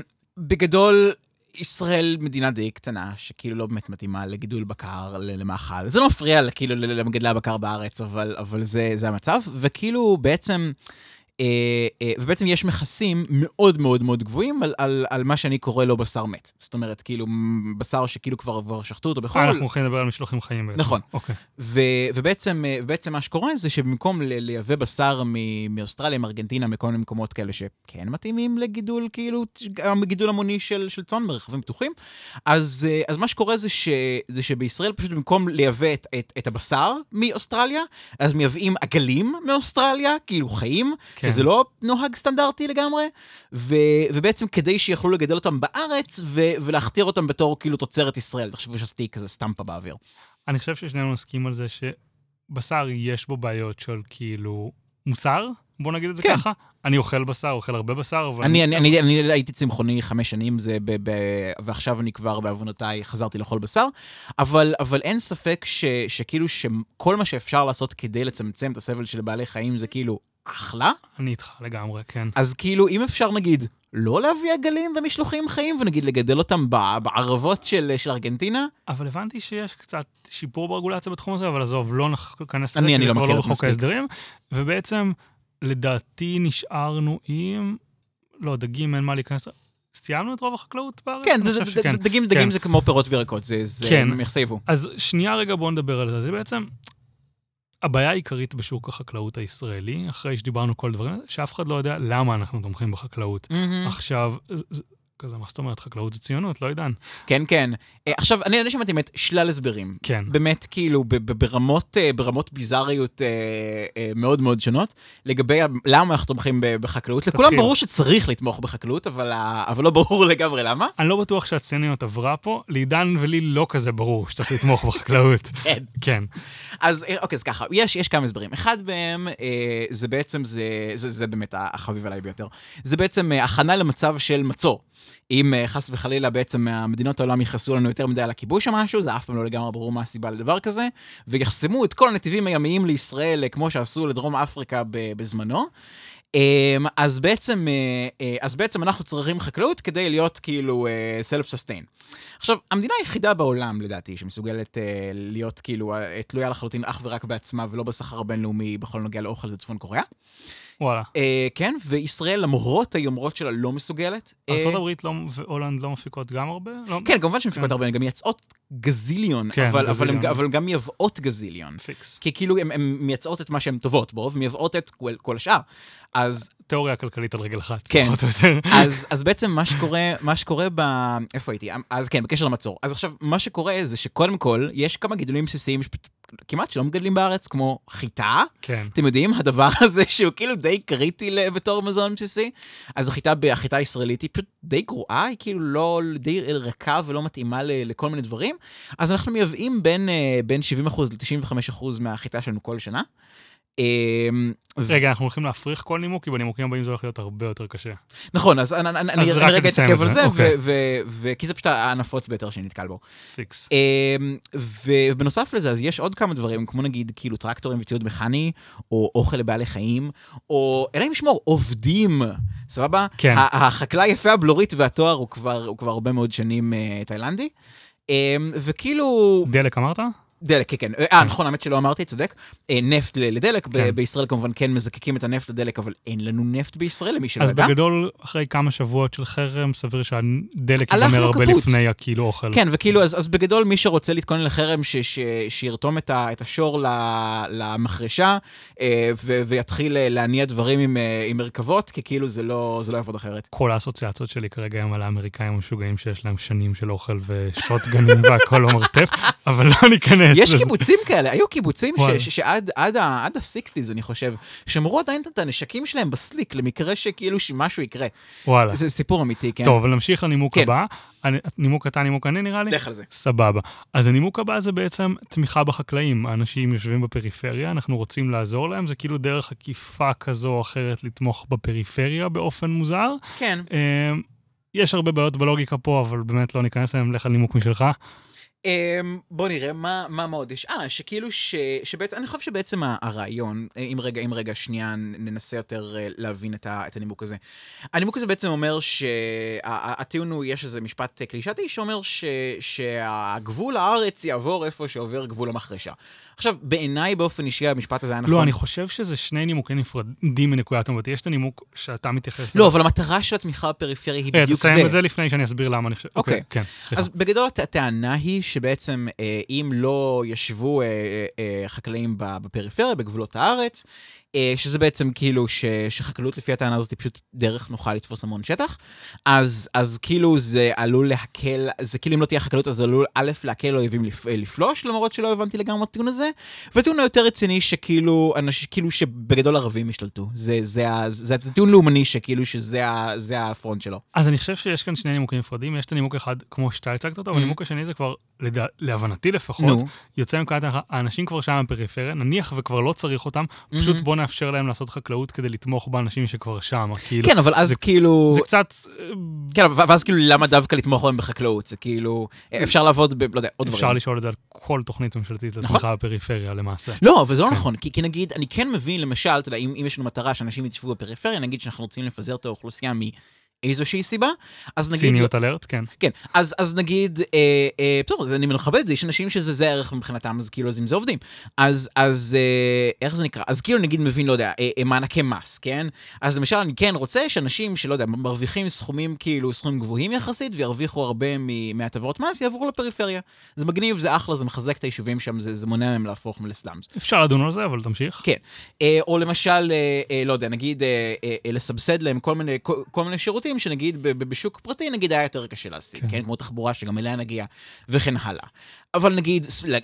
בגדול, ישראל מדינה די קטנה, שכאילו לא באמת מתאימה לגידול בקר, למאכל. זה לא מפריע כאילו למגדלי הבקר בארץ, אבל, אבל זה, זה המצב. וכאילו בעצם, אה, אה, ובעצם יש מכסים מאוד מאוד מאוד גבוהים על, על, על מה שאני קורא לו בשר מת. זאת אומרת, כאילו, בשר שכאילו כבר עבר שחטו אותו בכל... אנחנו הולכים לדבר על משלוחים חיים בעצם. נכון. אוקיי. ו, ובעצם, ובעצם מה שקורה זה שבמקום לייבא בשר מאוסטרליה, מארגנטינה, מכל מיני מקומות כאלה שכן מתאימים לגידול, כאילו, גידול המוני של, של צאן מרחבים פתוחים, אז, אז מה שקורה זה, ש, זה שבישראל פשוט במקום לייבא את, את, את הבשר מאוסטרליה, אז מייבאים עגלים מאוסטרליה, כאילו חיים, כן. שזה לא נוהג סטנדרטי לגמרי, ו, ובעצם כדי שיכולו לגדל אותם בארץ, ו, ולהכתיר אותם בתור כאילו תוצרת ישראל. תחשבו שעשיתי כזה סטמפה באוויר. אני חושב ששנינו נסכים על זה שבשר יש בו בעיות של כאילו מוסר, בוא נגיד את זה כן. ככה. אני אוכל בשר, אוכל הרבה בשר, אבל... אני, אני, אני, אני, אני הייתי צמחוני חמש שנים, זה ב, ב, ועכשיו אני כבר בעוונותיי חזרתי לאכול בשר, אבל, אבל אין ספק ש, שכאילו שכל מה שאפשר לעשות כדי לצמצם את הסבל של בעלי חיים זה כאילו אחלה. אני איתך לגמרי, כן. אז כאילו, אם אפשר נגיד, לא להביא עגלים ומשלוחים חיים, ונגיד לגדל אותם בערבות של, של ארגנטינה. אבל הבנתי שיש קצת שיפור ברגולציה בתחום הזה, אבל עזוב, לא נכנס לזה, אני לא מכיר לא בחוק ההסדרים, ובעצם, לדעתי נשארנו עם, לא, דגים, אין מה להיכנס, סיימנו את רוב החקלאות בארץ? כן, דגים זה כמו פירות וירקות, זה מחסייבו. אז שנייה רגע בואו נדבר על זה, זה בעצם... הבעיה העיקרית בשוק החקלאות הישראלי, אחרי שדיברנו כל דברים, שאף אחד לא יודע למה אנחנו תומכים בחקלאות. Mm-hmm. עכשיו, כזה, מה זאת אומרת, חקלאות זה ציונות, לא עידן. כן, כן. עכשיו, אני, אני שמעתי באמת שלל הסברים. כן. באמת, כאילו, ברמות, ברמות ביזריות מאוד מאוד שונות, לגבי למה אנחנו תומכים בחקלאות. לכולם ברור שצריך לתמוך בחקלאות, אבל, אבל לא ברור לגמרי למה. אני לא בטוח שהציוניות עברה פה, לעידן ולי לא כזה ברור שצריך לתמוך בחקלאות. כן. כן. אז, אוקיי, אז ככה, יש, יש כמה הסברים. אחד מהם, זה בעצם, זה, זה, זה באמת החביב עליי ביותר. זה בעצם הכנה למצב של מצור. אם חס וחלילה בעצם המדינות העולם יחסו לנו יותר מדי על הכיבוש או משהו, זה אף פעם לא לגמרי ברור מה הסיבה לדבר כזה, ויחסמו את כל הנתיבים הימיים לישראל, כמו שעשו לדרום אפריקה בזמנו. אז בעצם, אז בעצם אנחנו צריכים חקלאות כדי להיות כאילו self-sustain. עכשיו, המדינה היחידה בעולם, לדעתי, שמסוגלת להיות כאילו תלויה לחלוטין אך ורק בעצמה, ולא בסחר הבינלאומי בכל נוגע לאוכל, זה צפון קוריאה. וואלה. כן, וישראל, למרות היומרות שלה, לא מסוגלת. ארצות הברית והולנד לא מפיקות גם הרבה? כן, כמובן שמפיקות הרבה, הן גם מייצאות גזיליון, אבל הן גם מייבאות גזיליון. פיקס. כי כאילו הן מייצאות את מה שהן טובות בו, ומייבאות את כל השאר. אז... תיאוריה כלכלית על רגל אחת. כן. אז בעצם מה שקורה, מה שקורה ב... איפה הייתי? אז כן, בקשר למצור. אז עכשיו, מה שקורה זה שקודם כל, יש כמה גידולים בסיסיים כמעט שלא מגדלים בארץ, כמו חיטה. כן. אתם יודעים, הדבר הזה שהוא כאילו די קריטי בתור מזון בסיסי. אז החיטה, החיטה הישראלית היא פשוט די גרועה, היא כאילו לא, די רכה ולא מתאימה לכל מיני דברים. אז אנחנו מייבאים בין, בין שבעים אחוז ל-תשעים וחמישה אחוז מהחיטה שלנו כל שנה. רגע, אנחנו הולכים להפריך כל נימוק, כי בנימוקים הבאים זה הולך להיות הרבה יותר קשה. נכון, אז אני רגע אתעכב על זה, כי זה פשוט הנפוץ ביותר שנתקל בו. פיקס. ובנוסף לזה, אז יש עוד כמה דברים, כמו נגיד, כאילו טרקטורים וציוד מכני, או אוכל לבעלי חיים, או, אלא אם ישמור, עובדים, סבבה? כן. החקלאי יפה הבלורית והתואר הוא כבר הרבה מאוד שנים תאילנדי. וכאילו... דלק אמרת? דלק, כן, כן. אה, נכון, האמת שלא אמרתי, צודק. נפט לדלק, בישראל כמובן כן מזקקים את הנפט לדלק, אבל אין לנו נפט בישראל, למי שלא ידע. אז בגדול, אחרי כמה שבועות של חרם, סביר שהדלק ייגמר הרבה לפני הכאילו אוכל. כן, וכאילו, אז בגדול, מי שרוצה להתכונן לחרם, שירתום את השור למחרשה, ויתחיל להניע דברים עם מרכבות, כי כאילו זה לא יעבוד אחרת. כל האסוציאציות שלי כרגע הם על האמריקאים המשוגעים שיש להם שנים של אוכל ושוטגנים והכל לא מרתף, אבל לא ניכנס. יש קיבוצים כאלה, היו קיבוצים שעד ה-שישים, אני חושב, שמרו עדיין את הנשקים שלהם בסליק, למקרה שכאילו שמשהו יקרה. וואלה. זה סיפור אמיתי, כן. טוב, אבל נמשיך לנימוק הבא. נימוק אתה, נימוק אני נראה לי? לך על זה. סבבה. אז הנימוק הבא זה בעצם תמיכה בחקלאים. האנשים יושבים בפריפריה, אנחנו רוצים לעזור להם, זה כאילו דרך עקיפה כזו או אחרת לתמוך בפריפריה באופן מוזר. כן. יש הרבה בעיות בלוגיקה פה, אבל באמת לא ניכנס להם, לך על נימוק משלך. בוא נראה, מה, מה מאוד יש? אה, שכאילו ש, שבעצם, אני חושב שבעצם הרעיון, אם רגע, אם רגע שנייה ננסה יותר להבין את, ה, את הנימוק הזה. הנימוק הזה בעצם אומר שהטיעון הוא, יש איזה משפט קלישאתי שאומר ש, שהגבול הארץ יעבור איפה שעובר גבול המחרשה. עכשיו, בעיניי באופן אישי המשפט הזה היה נכון. לא, אני חושב שזה שני נימוקים נפרדים מנקודת מבטי. יש את הנימוק שאתה מתייחס... לא, אבל המטרה של התמיכה בפריפריה היא בדיוק זה. תסיים את זה לפני שאני אסביר למה אני חושב. אוקיי. כן, סליחה. אז בגדול הטענה היא שבעצם אם לא ישבו חקלאים בפריפריה, בגבולות הארץ, שזה בעצם כאילו ש, שחקלאות לפי הטענה הזאת היא פשוט דרך נוכל לתפוס המון שטח, אז, אז כאילו זה עלול להקל, זה כאילו אם לא תהיה חקלאות, אז זה עלול א' להקל אויבים לפ, לפלוש, למרות שלא הבנתי לגמרי את הטיעון הזה, והטיעון היותר רציני שכאילו, אנשים, כאילו שבגדול ערבים השתלטו. זה, זה, זה, זה טיעון לאומני שכאילו שזה ה, זה הפרונט שלו. אז אני חושב שיש כאן שני נימוקים נפרדים, יש את הנימוק אחד כמו שאתה הצגת אותו, אבל הנימוק השני זה כבר, לדע, להבנתי לפחות, יוצא מכאן, האנשים כבר שם בפריפריה, נניח וכבר לא צריך אותם, פשוט בוא נאפשר להם לעשות חקלאות כדי לתמוך באנשים שכבר שם. כאילו, כן, אבל אז זה, כאילו... זה קצת... כן, ואז כאילו למה דווקא לתמוך בהם בחקלאות? זה כאילו... אפשר לעבוד ב... לא יודע, עוד דברים. אפשר לשאול את זה על כל תוכנית ממשלתית לתמיכה בפריפריה, למעשה. לא, אבל זה לא נכון, כי, כי נגיד, אני כן מבין, למשל, אתה יודע, אם, אם יש לנו מטרה שאנשים יתשבו בפריפריה, נגיד שאנחנו רוצים לפזר את האוכלוסייה מ... איזושהי סיבה, אז נגיד... ציניות אלרט, כן. כן, אז, אז נגיד, אה, אה, בסדר, אני מכבד את זה, יש אנשים שזה זה ערך מבחינתם, אז כאילו, אז אם זה עובדים. אז, אז, אה, איך זה נקרא? אז כאילו, נגיד, מבין, לא יודע, אה, מענקי מס, כן? אז למשל, אני כן רוצה שאנשים שלא יודע, מרוויחים סכומים, כאילו, סכומים גבוהים יחסית, וירוויחו הרבה מהטבות מס, יעברו לפריפריה. זה מגניב, זה אחלה, זה מחזק את היישובים שם, זה, זה מונע מהם להפוך לסלאמס. אפשר לדון על זה, אבל תמשיך. כן. אה, או למשל, אה, אה, לא יודע, נגיד, אה, אה, לסבסד להם כל מיני, כל, כל מיני שירותים שנגיד בשוק פרטי, נגיד היה יותר קשה להשיג, כן, כמו תחבורה שגם אליה נגיע, וכן הלאה. אבל נגיד,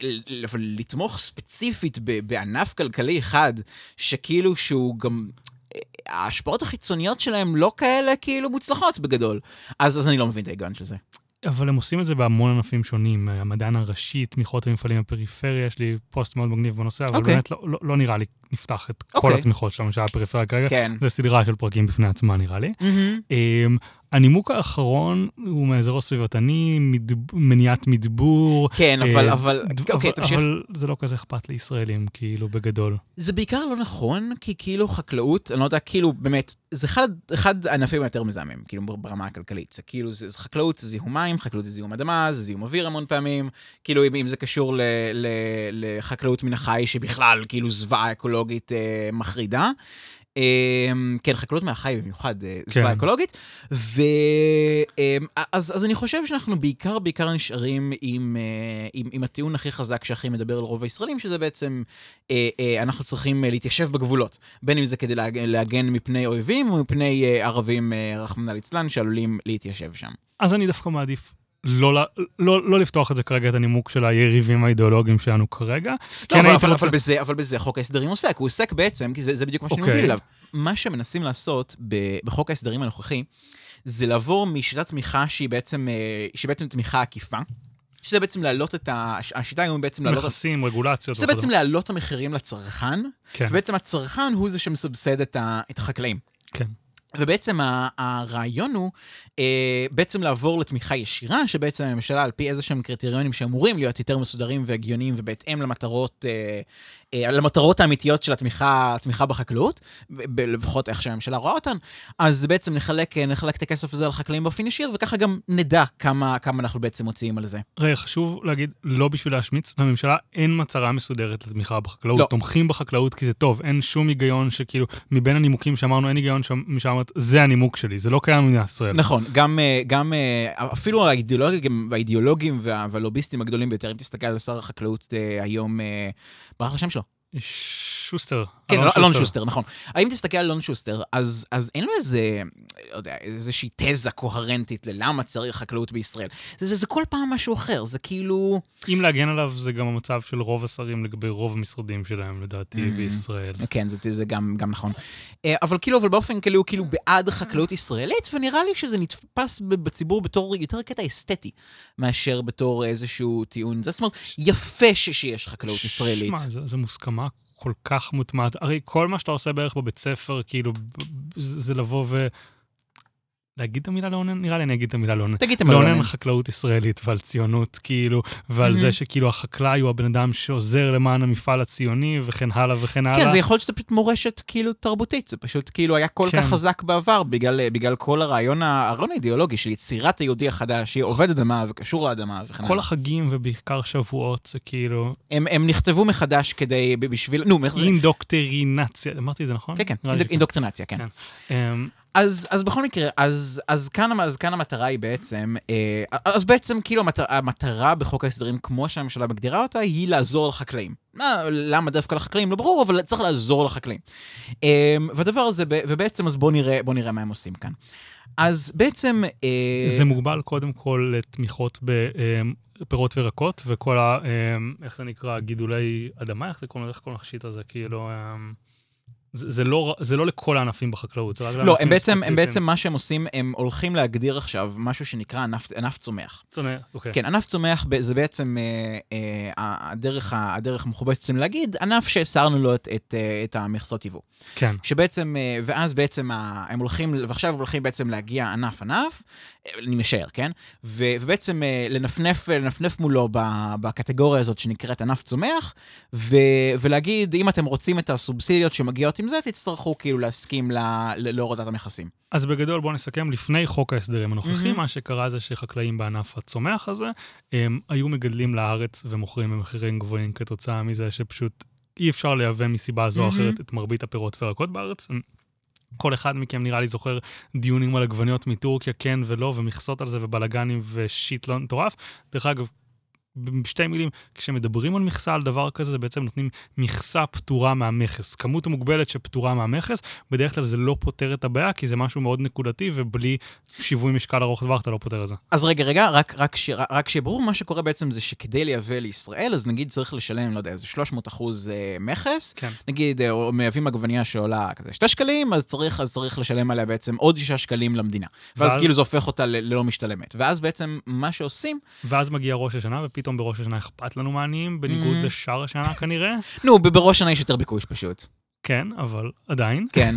לתמוך ספציפית בענף כלכלי אחד, שכאילו שהוא גם, ההשפעות החיצוניות שלהם לא כאלה כאילו מוצלחות בגדול. אז, אז אני לא מבין את ההיגיון של זה. אבל הם עושים את זה בהמון ענפים שונים. המדען הראשי, תמיכות ומפעלים בפריפריה, יש לי פוסט מאוד מגניב בנושא, אבל okay. באמת לא, לא, לא נראה לי נפתח את okay. כל התמיכות שלנו של הפריפריה כרגע. כן. זה סדרה של פרקים בפני עצמה, נראה לי. Mm-hmm. Um, הנימוק האחרון הוא מאזור הסביבתני, מדב... מניעת מדבור. כן, אבל... אבל... דב... אוקיי, אבל, אבל זה לא כזה אכפת לישראלים, כאילו, בגדול. זה בעיקר לא נכון, כי כאילו חקלאות, אני לא יודע, כאילו, באמת, זה אחד, אחד הענפים היותר מזהמים, כאילו, ברמה הכלכלית. זה כאילו, זה, זה חקלאות, זה זיהום מים, חקלאות זה זיהום אדמה, זה זיהום אוויר המון פעמים. כאילו, אם, אם זה קשור ל, ל, לחקלאות מן החי, שבכלל, כאילו, זוועה אקולוגית אה, מחרידה. כן, חקלאות מהחי במיוחד, זוועה אקולוגית, אז אני חושב שאנחנו בעיקר בעיקר נשארים עם הטיעון הכי חזק שהכי מדבר על רוב הישראלים, שזה בעצם, אנחנו צריכים להתיישב בגבולות, בין אם זה כדי להגן מפני אויבים, או מפני ערבים רחמנא ליצלן, שעלולים להתיישב שם. אז אני דווקא מעדיף לא, לא, לא לפתוח את זה כרגע, את הנימוק של היריבים האידיאולוגיים שלנו כרגע. לא, אבל, אבל, אבל, בזה, אבל בזה חוק ההסדרים עוסק. הוא עוסק בעצם, כי זה, זה בדיוק מה שאני מוביל אליו. מה שמנסים לעשות בחוק ההסדרים הנוכחי, זה לעבור משיטת תמיכה שהיא בעצם, שהיא בעצם תמיכה עקיפה, שזה בעצם להעלות את ה... השיטה היום בעצם להעלות... מכסים, רגולציות. זה בעצם להעלות את המחירים לצרכן, כן. ובעצם הצרכן הוא זה שמסבסד את, ה, את החקלאים. כן. ובעצם הרעיון הוא אה, בעצם לעבור לתמיכה ישירה, שבעצם הממשלה על פי איזה שהם קריטריונים שאמורים להיות יותר מסודרים והגיוניים ובהתאם למטרות, אה, למטרות האמיתיות של התמיכה, התמיכה בחקלאות, לפחות איך שהממשלה רואה אותן, אז בעצם נחלק, נחלק את הכסף הזה לחקלאים באופן ישיר, וככה גם נדע כמה, כמה אנחנו בעצם מוציאים על זה. רגע, חשוב להגיד, לא בשביל להשמיץ, לממשלה אין מטרה מסודרת לתמיכה בחקלאות, לא. תומכים בחקלאות כי זה טוב, אין שום היגיון שכאילו, מבין הנימוקים שאמרנו, אין היגיון שאמרת, זה הנימוק שלי, זה לא קיים במדינת ישראל. נכון, גם, גם אפילו האידיאולוגים, והאידיאולוגים והלוביסטים הגדולים ביותר, אם תסתכל על שר החקלאות היום, ברח לשם שלו. שוסטר. כן, אלון, אלון שוסטר, שוסטר, נכון. האם תסתכל על אלון שוסטר, אז, אז אין לו איזה, לא יודע, איזושהי תזה קוהרנטית ללמה צריך חקלאות בישראל. זה, זה, זה כל פעם משהו אחר, זה כאילו... אם להגן עליו, זה גם המצב של רוב השרים לגבי רוב המשרדים שלהם, לדעתי, mm, בישראל. כן, זה, זה גם, גם נכון. אבל כאילו, אבל באופן כאילו, הוא כאילו בעד חקלאות ישראלית, ונראה לי שזה נתפס בציבור בתור יותר קטע אסתטי, מאשר בתור איזשהו טיעון. זאת אומרת, יפה שיש חקלאות ישראלית. שמה, זה, זה מוסכמה כל כך מוטמעת. הרי כל מה שאתה עושה בערך בבית ספר, כאילו, זה לבוא ו... להגיד את המילה לאונן? נראה לי אני אגיד את המילה לאונן. תגיד את המילה לאונן. לאונן חקלאות ישראלית ועל ציונות, כאילו, ועל זה שכאילו החקלאי הוא הבן אדם שעוזר למען המפעל הציוני, וכן הלאה וכן הלאה. כן, זה יכול להיות שזה פשוט מורשת כאילו תרבותית, זה פשוט כאילו היה כל כך חזק בעבר, בגלל כל הרעיון האידיאולוגי של יצירת היהודי החדש, שהיא עובד אדמה וקשור לאדמה וכן הלאה. כל החגים ובעיקר שבועות, זה כאילו... הם נכתבו מחדש כדי, בשביל... נו, אינדוקטרינציה, אמרתי את זה נכון? כן, כן, אינדוקטרינציה, כן. אז, אז בכל מקרה, אז, אז כאן, אז כאן המטרה היא בעצם, אה, אז בעצם כאילו המטרה, המטרה בחוק ההסדרים, כמו שהממשלה מגדירה אותה, היא לעזור לחקלאים. מה, למה דווקא לחקלאים? לא ברור, אבל צריך לעזור לחקלאים. אה, והדבר הזה, ובעצם, אז בוא נראה, בוא נראה מה הם עושים כאן. אז בעצם... אה, זה מוגבל קודם כל לתמיכות בפירות וירקות, וכל ה... איך זה נקרא? גידולי אדמה? איך זה כל השיט הזה? כאילו... זה, זה לא, זה לא לכל הענפים בחקלאות. זה רק לא, הם בעצם, הם בעצם מה שהם עושים, הם הולכים להגדיר עכשיו משהו שנקרא ענף, ענף צומח. צומח, אוקיי. כן, ענף צומח זה בעצם אה, אה, הדרך, הדרך המכובדת שלנו להגיד, ענף שהסרנו לו את, את, את המכסות יבוא. כן. שבעצם, אה, ואז בעצם הם הולכים, ועכשיו הם הולכים בעצם להגיע ענף ענף, אני משער, כן? ו, ובעצם אה, לנפנף, לנפנף מולו בקטגוריה הזאת שנקראת ענף צומח, ו, ולהגיד, אם אתם רוצים את הסובסידיות שמגיעות עם זה, תצטרכו כאילו להסכים להורדת המכסים. אז בגדול בואו נסכם, לפני חוק ההסדרים הנוכחי, מה שקרה זה שחקלאים בענף הצומח הזה, הם היו מגדלים לארץ ומוכרים במחירים גבוהים כתוצאה מזה שפשוט אי אפשר לייבא מסיבה זו או אחרת את מרבית הפירות וירקות בארץ. כל אחד מכם נראה לי זוכר דיונים על עגבניות מטורקיה, כן ולא, ומכסות על זה ובלגנים ושיט לא מטורף. דרך אגב, בשתי מילים, כשמדברים על מכסה על דבר כזה, זה בעצם נותנים מכסה פטורה מהמכס. כמות המוגבלת שפטורה מהמכס, בדרך כלל זה לא פותר את הבעיה, כי זה משהו מאוד נקודתי, ובלי שיווי משקל ארוך טווח, אתה לא פותר את זה. אז רגע, רגע, רק, רק, ש, רק שברור, מה שקורה בעצם זה שכדי לייבא לישראל, אז נגיד צריך לשלם, לא יודע, איזה שלוש מאות אחוז אה, מכס, כן. נגיד, או מייבאים עגבנייה שעולה כזה שתי שקלים, אז צריך, אז צריך לשלם עליה בעצם עוד שישה שקלים למדינה. ואז, ואז כאילו זה הופך אותה ל- ללא משתלמת. ואז בעצם מה שעושים... ואז מגיע ראש השנה, ופתאום בראש השנה אכפת לנו מעניים, בניגוד mm. לשאר השנה כנראה. נו, בראש השנה יש יותר ביקוש פשוט. כן, אבל עדיין. כן.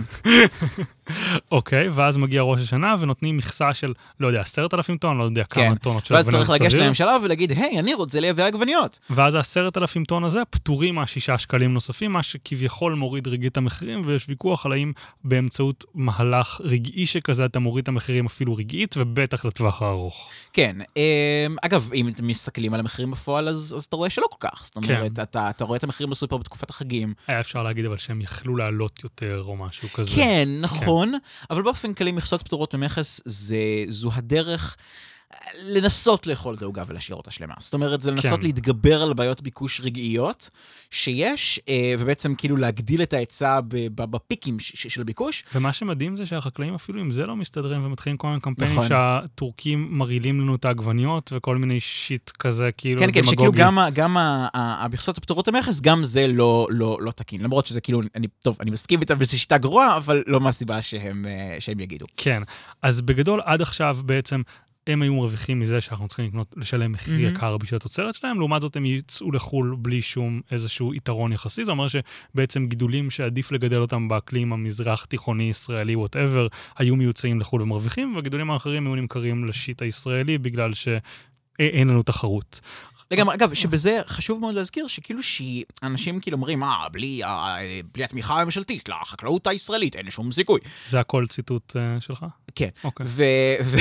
אוקיי, ואז מגיע ראש השנה ונותנים מכסה של, לא יודע, עשרת אלפים טון, לא יודע כמה טונות של עגבניות. ואז צריך לגשת לממשלה ולהגיד, היי, אני רוצה לייבא עגבניות. ואז העשרת אלפים טון הזה פטורים מהשישה שקלים נוספים, מה שכביכול מוריד רגעית המחירים, ויש ויכוח על האם באמצעות מהלך רגעי שכזה אתה מוריד את המחירים אפילו רגעית, ובטח לטווח הארוך. כן, אגב, אם אתם מסתכלים על המחירים בפועל, אז, אז אתה רואה שלא כל כך. זאת אומרת, אתה, אתה רואה את המחירים בסופר בתקופת החגים. היה אפשר להגיד אבל שהם יכלו לעלות יותר או משהו כזה. כן, נכון, כן. אבל באופן כללי מכסות פטורות ממכס, זה, זו הדרך לנסות לאכול את העוגה ולהשאיר אותה שלמה. זאת אומרת, זה לנסות כן. להתגבר על בעיות ביקוש רגעיות שיש, ובעצם כאילו להגדיל את ההיצע בפיקים של הביקוש. ומה שמדהים זה שהחקלאים אפילו עם זה לא מסתדרים, ומתחילים כל מיני קמפיינים נכון. שהטורקים מרעילים לנו את העגבניות, וכל מיני שיט כזה, כאילו כן, כן, דמגוגי. שכאילו גם, גם המכסות הפטורות המכס, גם זה לא, לא, לא תקין. למרות שזה כאילו, אני, טוב, אני מסכים איתם בזה שיטה גרועה, אבל לא מהסיבה שהם, שהם יגידו. כן. אז בגדול, עד עכשיו בעצם הם היו מרוויחים מזה שאנחנו צריכים לקנות, לשלם מחיר mm-hmm. יקר בשביל התוצרת שלהם, לעומת זאת הם יצאו לחול בלי שום איזשהו יתרון יחסי, זה אומר שבעצם גידולים שעדיף לגדל אותם באקלים המזרח תיכוני ישראלי, whatever, היו מיוצאים לחול ומרוויחים, והגידולים האחרים היו נמכרים לשיט הישראלי, בגלל ש... אין לנו תחרות. לגמרי, אגב, שבזה חשוב מאוד להזכיר שכאילו שאנשים כאילו אומרים, אה, בלי, בלי התמיכה הממשלתית לחקלאות הישראלית, אין שום סיכוי. זה הכל ציטוט uh, שלך? כן. אוקיי. ו... ו...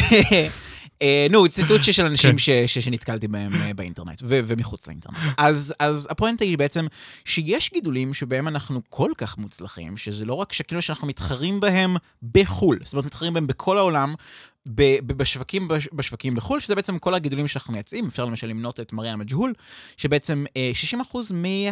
נו, ציטוט של אנשים ש... ש... שנתקלתי בהם באינטרנט, ו... ומחוץ לאינטרנט. אז, אז הפואנטה היא בעצם שיש גידולים שבהם אנחנו כל כך מוצלחים, שזה לא רק שכאילו שאנחנו מתחרים בהם בחול, זאת אומרת, מתחרים בהם בכל העולם, בשווקים, בשווקים בחול, שזה בעצם כל הגידולים שאנחנו מייצאים, אפשר למשל למנות את מריה מג'הול, שבעצם שישים אחוז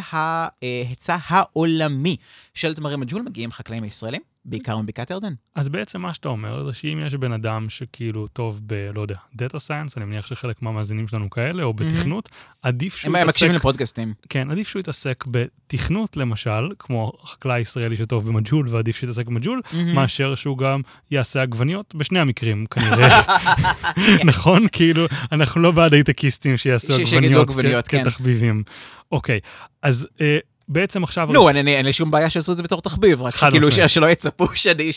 מההיצע העולמי של מריה מג'הול מגיעים חקלאים הישראלים, בעיקר מבקעת הירדן. אז בעצם מה שאתה אומר, זה שאם יש בן אדם שכאילו טוב ב, לא יודע, דאטה סיינס, אני מניח שחלק מהמאזינים שלנו כאלה, או בתכנות, עדיף שהוא יתעסק... הם מקשיבים לפודקאסטים. כן, עדיף שהוא יתעסק בתכנות, למשל, כמו חקלאי ישראלי שטוב במג'הול, ועדיף שהוא יתעסק במג'הול, מאשר שהוא גם יעשה עגבניות, בשני המקרים, כנראה. נכון? כאילו, אנחנו לא בעד הייטקיסטים שיעשו עגבניות כתחביבים. אוקיי, אז... בעצם עכשיו... נו, אין לי שום בעיה שעשו את זה בתור תחביב, רק כאילו שלא יצפו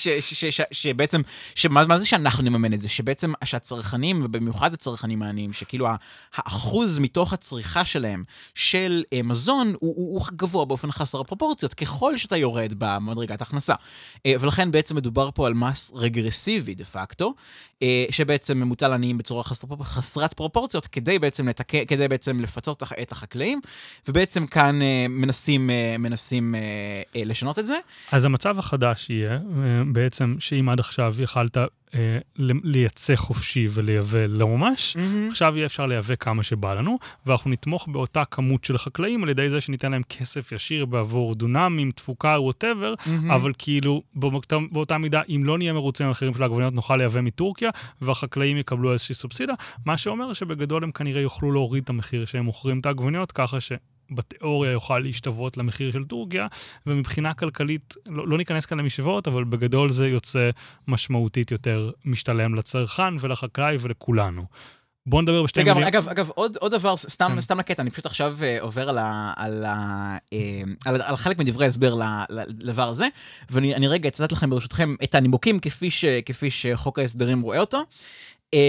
שבעצם, מה זה שאנחנו נממן את זה? שבעצם שהצרכנים, ובמיוחד הצרכנים העניים, שכאילו האחוז מתוך הצריכה שלהם של מזון, הוא גבוה באופן חסר הפרופורציות, ככל שאתה יורד במדרגת הכנסה. ולכן בעצם מדובר פה על מס רגרסיבי דה פקטו, שבעצם ממוטל עניים בצורה חסרת פרופורציות, כדי בעצם לתקה, כדי בעצם לפצות את החקלאים, ובעצם כאן מנסים מנסים לשנות את זה. אז המצב החדש יהיה, בעצם שאם עד עכשיו יכלת לייצא חופשי ולייבא לא ממש, עכשיו יהיה אפשר לייבא כמה שבא לנו, ואנחנו נתמוך באותה כמות של חקלאים, על ידי זה שניתן להם כסף ישיר בעבור דונמים, תפוקה, whatever, אבל כאילו, באותה מידה, אם לא נהיה מרוצים במחירים של העגבניות, נוכל לייבא מטורקיה, והחקלאים יקבלו איזושהי סובסידה, מה שאומר שבגדול הם כנראה יוכלו להוריד את המחיר שהם מוכרים את העגבניות, ככה ש... בתיאוריה יוכל להשתוות למחיר של טורקיה, ומבחינה כלכלית, לא, לא ניכנס כאן למשוואות, אבל בגדול זה יוצא משמעותית יותר משתלם לצרכן ולחקלאי ולכולנו. בואו נדבר בשתי מילים. מילים. אגב, אגב, עוד, עוד דבר, סתם, כן. סתם לקטע, אני פשוט עכשיו uh, עובר על, ה, על, ה, uh, על, על חלק מדברי הסבר לדבר הזה, ואני אני רגע אצטט לכם ברשותכם את הנימוקים כפי, ש, כפי שחוק ההסדרים רואה אותו. Uh,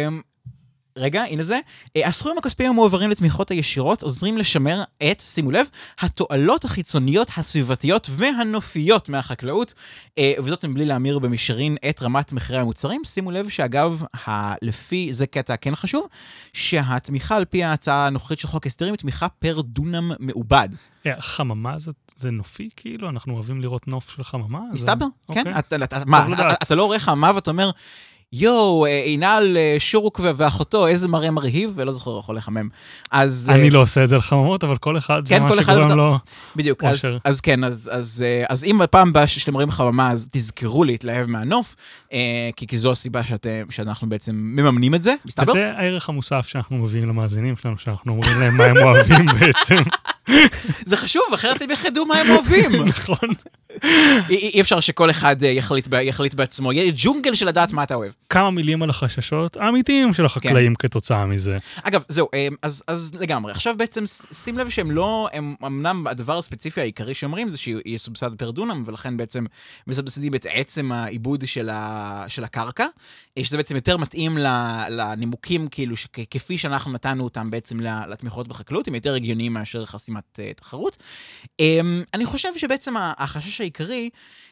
רגע, הנה זה. הסכומים הכספיים המועברים לתמיכות הישירות עוזרים לשמר את, שימו לב, התועלות החיצוניות, הסביבתיות והנופיות מהחקלאות, וזאת מבלי להמיר במישרין את רמת מחירי המוצרים. שימו לב שאגב, לפי זה קטע כן חשוב, שהתמיכה על פי ההצעה הנוכחית של חוק הסדרים היא תמיכה פר דונם מעובד. חממה זה נופי כאילו? אנחנו אוהבים לראות נוף של חממה? מסתבר, כן. אתה לא רואה חממה ואתה אומר... יו, עינל שורוק ואחותו, איזה מראה מרהיב, ולא זוכר איך הולך המם. אז... אני לא עושה את זה לחממות, אבל כל אחד כן, זה כל מה אחד שגורם אתה... לו... בדיוק, אז, אז כן, אז, אז, אז אם הפעם הבאה שאתם מראים חממה, אז תזכרו להתלהב מהנוף, אה, כי, כי זו הסיבה שאתם, שאנחנו בעצם מממנים את זה, מסתבר? זה הערך המוסף שאנחנו מביאים למאזינים שלנו, שאנחנו אומרים להם מה הם אוהבים בעצם. זה חשוב, אחרת הם יחדו מה הם אוהבים. נכון. אי אפשר שכל אחד יחליט, יחליט בעצמו, יהיה ג'ונגל של לדעת מה אתה אוהב. כמה מילים על החששות האמיתיים של החקלאים כן. כתוצאה מזה. אגב, זהו, אז, אז לגמרי. עכשיו בעצם שים לב שהם לא, הם אמנם הדבר הספציפי העיקרי שאומרים זה שיהיה סובסד פר דונם, ולכן בעצם מסבסדים את עצם העיבוד של, ה, של הקרקע, שזה בעצם יותר מתאים לנימוקים כאילו שכפי שאנחנו נתנו אותם בעצם לתמיכות בחקלאות, הם יותר הגיוניים מאשר חסימת תחרות. אני חושב שבעצם החשש העיקרי,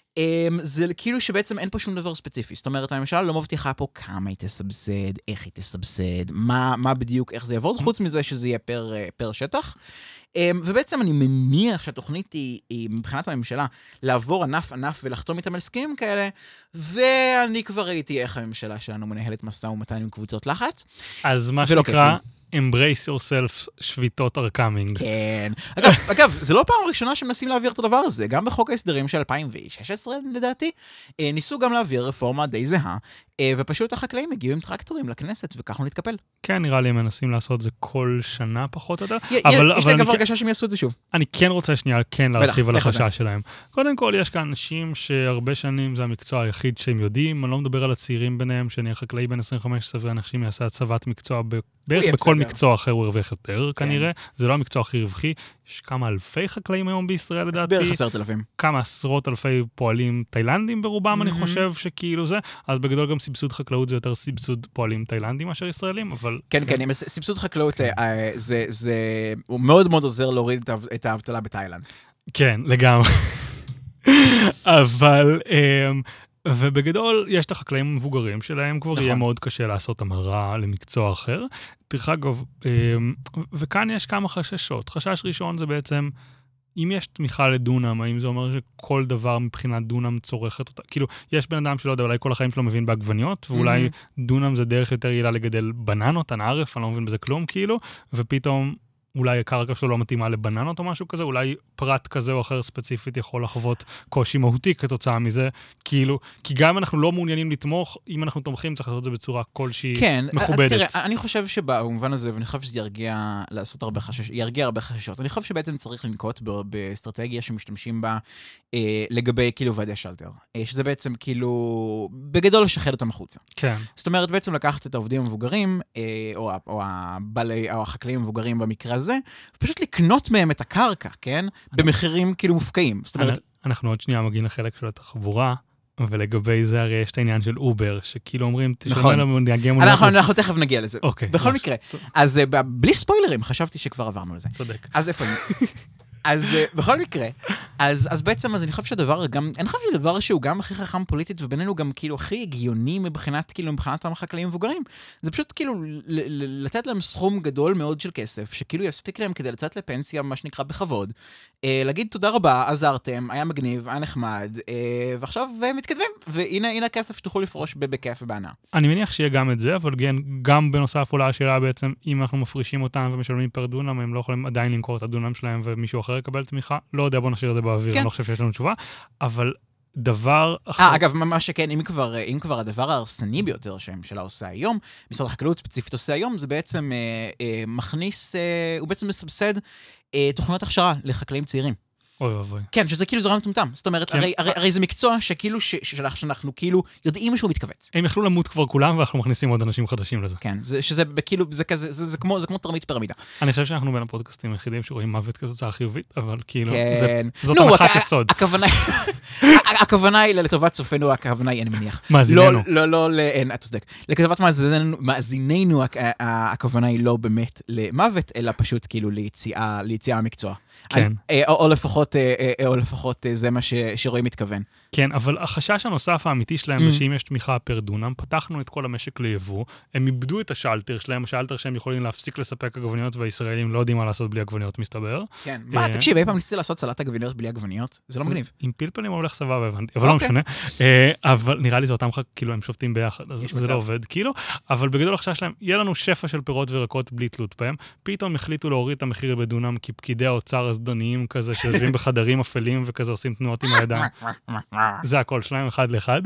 זה כאילו שבעצם אין פה שום דבר ספציפי. זאת אומרת, הממשלה לא מבטיחה פה כמה היא תסבסד, איך היא תסבסד, מה, מה בדיוק, איך זה יעבוד, חוץ מזה שזה יהיה פר, פר שטח. ובעצם אני מניח שהתוכנית היא, היא מבחינת הממשלה, לעבור ענף ענף ולחתום איתם על הסכמים כאלה, ואני כבר ראיתי איך הממשלה שלנו מנהלת מסע ומתן עם קבוצות לחץ. אז מה שנקרא... Embrace yourself, שביתות are coming. כן. אגב, אגב, זה לא פעם ראשונה שמנסים להעביר את הדבר הזה. גם בחוק ההסדרים של אלפיים ושש עשרה, לדעתי, ניסו גם להעביר רפורמה די זהה, ופשוט החקלאים הגיעו עם טרקטורים לכנסת, וכך הוא נתקפל. כן, נראה לי הם מנסים לעשות זה כל שנה פחות או יותר. יש לי אגב הרגשה שהם יעשו את זה שוב. אני כן רוצה שנייה כן להרחיב על החשש שלהם. קודם כל, יש כאן אנשים שהרבה שנים זה המקצוע היחיד שהם יודעים. אני לא מדבר על הצעירים ביניהם, שאני החקלאי בין עשרים וחמש סביר אנשים יעשה הצבת מקצוע בערך בכל בסדר. מקצוע אחר הוא הרוויח יותר, כן. כנראה. זה לא המקצוע הכי רווחי. יש כמה אלפי חקלאים היום בישראל, לדעתי. בערך עשרת אלפים. כמה עשרות אלפי פועלים תאילנדים ברובם, אני חושב שכאילו זה. אז בגדול גם סבסוד חקלאות זה יותר סבסוד פועלים תאילנדים מאשר ישראלים, אבל... כן, כן, עם סבסוד חקלאות, אה, זה, זה, הוא מאוד מאוד עוזר להוריד את האב- את האבטלה בתאילנד. כן, לגמרי. אבל... אמ, ובגדול, יש את החקלאים המבוגרים שלהם, כבר נכון. יהיה מאוד קשה לעשות המרה למקצוע אחר. דרך אגב, אמ, וכאן יש כמה חששות. חשש ראשון זה בעצם, אם יש תמיכה לדונם, האם זה אומר שכל דבר מבחינת דונם צורכת אותה? כאילו, יש בן אדם שלא יודע, אולי כל החיים שלו מבין בעגבניות, ואולי דונם זה דרך יותר יעילה לגדל בננות, ענערף, אני לא מבין בזה כלום, כאילו, ופתאום... אולי הקרקע שלו לא מתאימה לבננות או משהו כזה, אולי פרט כזה או אחר ספציפית יכול לחוות קושי מהותי כתוצאה מזה, כאילו, כי גם אם אנחנו לא מעוניינים לתמוך, אם אנחנו תומכים, צריך לעשות את זה בצורה כלשהי כן, מכובדת. תראה, אני חושב שבמובן הזה, ואני חושב שזה ירגיע, לעשות הרבה חשש, ירגיע הרבה חששות. אני חושב שבעצם צריך לנקוט באסטרטגיה שמשתמשים בה אה, לגבי כאילו ועדי שלטר. אה, שזה בעצם כאילו, בגדול לשחד אותם החוצה. כן. זאת אומרת, בעצם לקחת את העובדים המבוגרים, אה, או, או, הבעלי, או החקלאים המבוגרים במקרה הזה, ופשוט לקנות מהם את הקרקע, כן? במחירים כאילו מופקעים. זאת אומרת... אנחנו עוד שנייה מגיעים לחלק של התחבורה, ולגבי זה הרי יש את העניין של אובר, שכאילו אומרים, תשמע לנו נהגי מוניות. אנחנו, אנחנו תכף נגיע לזה. אוקיי. בכל מקרה. אז בלי ספוילרים, חשבתי שכבר עברנו לזה. צודק. אז איפה אני? אז בכל מקרה, אז, אז בעצם, אז אני חושב שהדבר גם, אני חושב שהדבר שהוא גם הכי חכם פוליטית, ובינינו גם כאילו הכי הגיוני מבחינת, כאילו, מבחינת החקלאים מבוגרים, זה פשוט כאילו לתת להם סכום גדול מאוד של כסף, שכאילו יספיק להם כדי לצאת לפנסיה, מה שנקרא בכבוד, אה, להגיד תודה רבה, עזרתם, היה מגניב, היה נחמד, אה, ועכשיו מתקדמים, והנה, הנה הכסף שתוכלו לפרוש בכיף ובענה. אני מניח שיהיה גם את זה, אבל גם בנוסף עולה השאלה בעצם, אם אנחנו מפרישים אותם ומשלמים פר דונם, הם לא יכולים עדיין למכור את הדונם שלהם ומישהו אחר יקבל תמיכה. לא יודע, בוא נשאיר את זה באוויר, כן. אני לא חושב שיש לנו תשובה, אבל דבר אחר... 아, אגב, מה שכן, אם כבר, אם כבר הדבר ההרסני ביותר שהממשלה עושה היום, משרד החקלאות ספציפית עושה היום, זה בעצם אה, אה, מכניס, אה, הוא בעצם מסבסד אה, תוכניות הכשרה לחקלאים צעירים. אוי אוי. כן, שזה כאילו זרם מטומטם. זאת אומרת, כן. הרי, הרי, הרי זה מקצוע שכאילו, ש, שאנחנו, שאנחנו כאילו יודעים שהוא מתכווץ. הם יכלו למות כבר כולם, ואנחנו מכניסים עוד אנשים חדשים לזה. כן, זה, שזה כאילו, זה כזה, זה, זה כמו, זה כמו תרמית פירמידה. אני חושב שאנחנו בין הפודקאסטים היחידים שרואים מוות כתוצאה חיובית, אבל כאילו, כן. זה, זאת נו, הנחת הכ- יסוד. הכוונה, הכוונה היא לטובת צופנו, הכוונה היא, אני מניח. מאזיננו. לא, לא, לא, לא, אין, אתה צודק. לטובת מאזיננו, מאזיננו, הכ- הכוונה היא לא באמת למוות, אלא פשוט כאילו ליציאה, ליציאה המקצוע. כן. אני, או, או לפחות, או לפחות זה מה ש, שרועי מתכוון. כן, אבל החשש הנוסף האמיתי שלהם זה שאם יש תמיכה פר דונם, פתחנו את כל המשק ליבוא, הם איבדו את השלטר שלהם, השלטר שהם יכולים להפסיק לספק עגבניות, והישראלים לא יודעים מה לעשות בלי עגבניות, מסתבר. כן. מה, תקשיב, אי פעם ניסיתי לעשות סלט עגבניות בלי עגבניות? זה לא מגניב. עם פלפלים הולך סבבה, הבנתי, אבל לא משנה. אבל נראה לי זה אותם, כאילו, הם שופטים ביחד, אז זה לא עובד, כאילו. אבל בגדול החשש שלהם, יהיה לנו שפע של פירות וירקות בלי תלות בהם. פתאום החליטו להוריד את המחיר בדונם, כי פקידי האוצר הזדוניים כזה שיושבים בחדרים אפלים וכזה עושים תנועות עם הידיים. זה הכל שלהם אחד לאחד.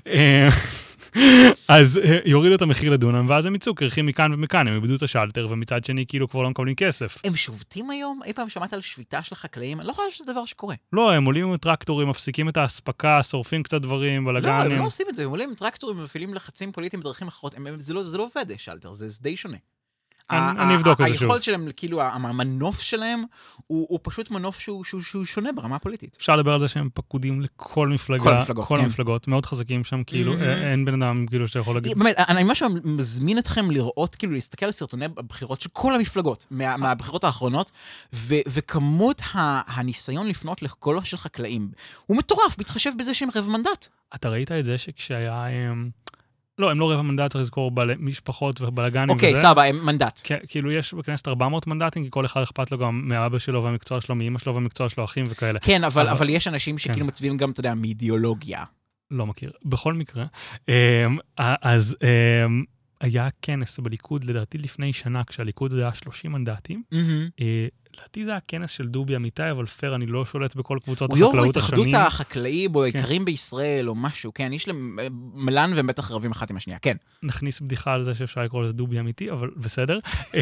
אז יורידו את המחיר לדונם, ואז הם יצאו קרחים מכאן ומכאן, הם איבדו את השלטר, ומצד שני כאילו כבר לא מקבלים כסף. הם שובתים היום? אי פעם שמעת על שביתה של החקלאים? אני לא חושב שזה דבר שקורה. לא, הם עולים עם טרקטורים, מפסיקים את ההספקה, שורפים קצת דברים, בלגנים. לא, הם לא עושים את זה, הם עולים עם טרקטורים ומפעילים לחצים פוליטיים בדרכים אחרות. זה לא עובד, שלטר, זה די שונה. אני אבדוק את זה שוב. היכולת שלהם, כאילו, המנוף שלהם, הוא פשוט מנוף שהוא שונה ברמה הפוליטית. אפשר לדבר על זה שהם פקודים לכל מפלגה. כל המפלגות, כל המפלגות, מאוד חזקים שם, כאילו, אין בן אדם, כאילו, שאתה יכול להגיד. באמת, אני משהו מזמין אתכם לראות, כאילו, להסתכל על סרטוני הבחירות של כל המפלגות, מהבחירות האחרונות, וכמות הניסיון לפנות לכל של חקלאים, הוא מטורף, מתחשב בזה שהם רבע מנדט. אתה ראית את זה שכשהיה... לא, הם לא רבע מנדט, צריך לזכור משפחות ובלגנים וזה. אוקיי, סבא, הם מנדט. כאילו יש בכנסת ארבע מאות מנדטים, כי כל אחד אכפת לו גם מאבא שלו והמקצוע שלו, מאמא שלו והמקצוע שלו, אחים וכאלה. כן, אבל יש אנשים שכאילו מצביעים גם, אתה יודע, מאידיאולוגיה. לא מכיר. בכל מקרה, אז היה כנס בליכוד, לדעתי לפני שנה, כשהליכוד היה שלושים מנדטים, לדעתי זה היה כנס של דובי אמיתי, אבל פייר, אני לא שולט בכל קבוצות הוא יו"ר החקלאות השונים. התאחדות החקלאים או יקרים בישראל או משהו, כן, יש להם מלן והם בטח רבים אחת עם השנייה, כן. נכניס בדיחה על זה שאפשר לקרוא לזה דובי אמיתי, אבל בסדר.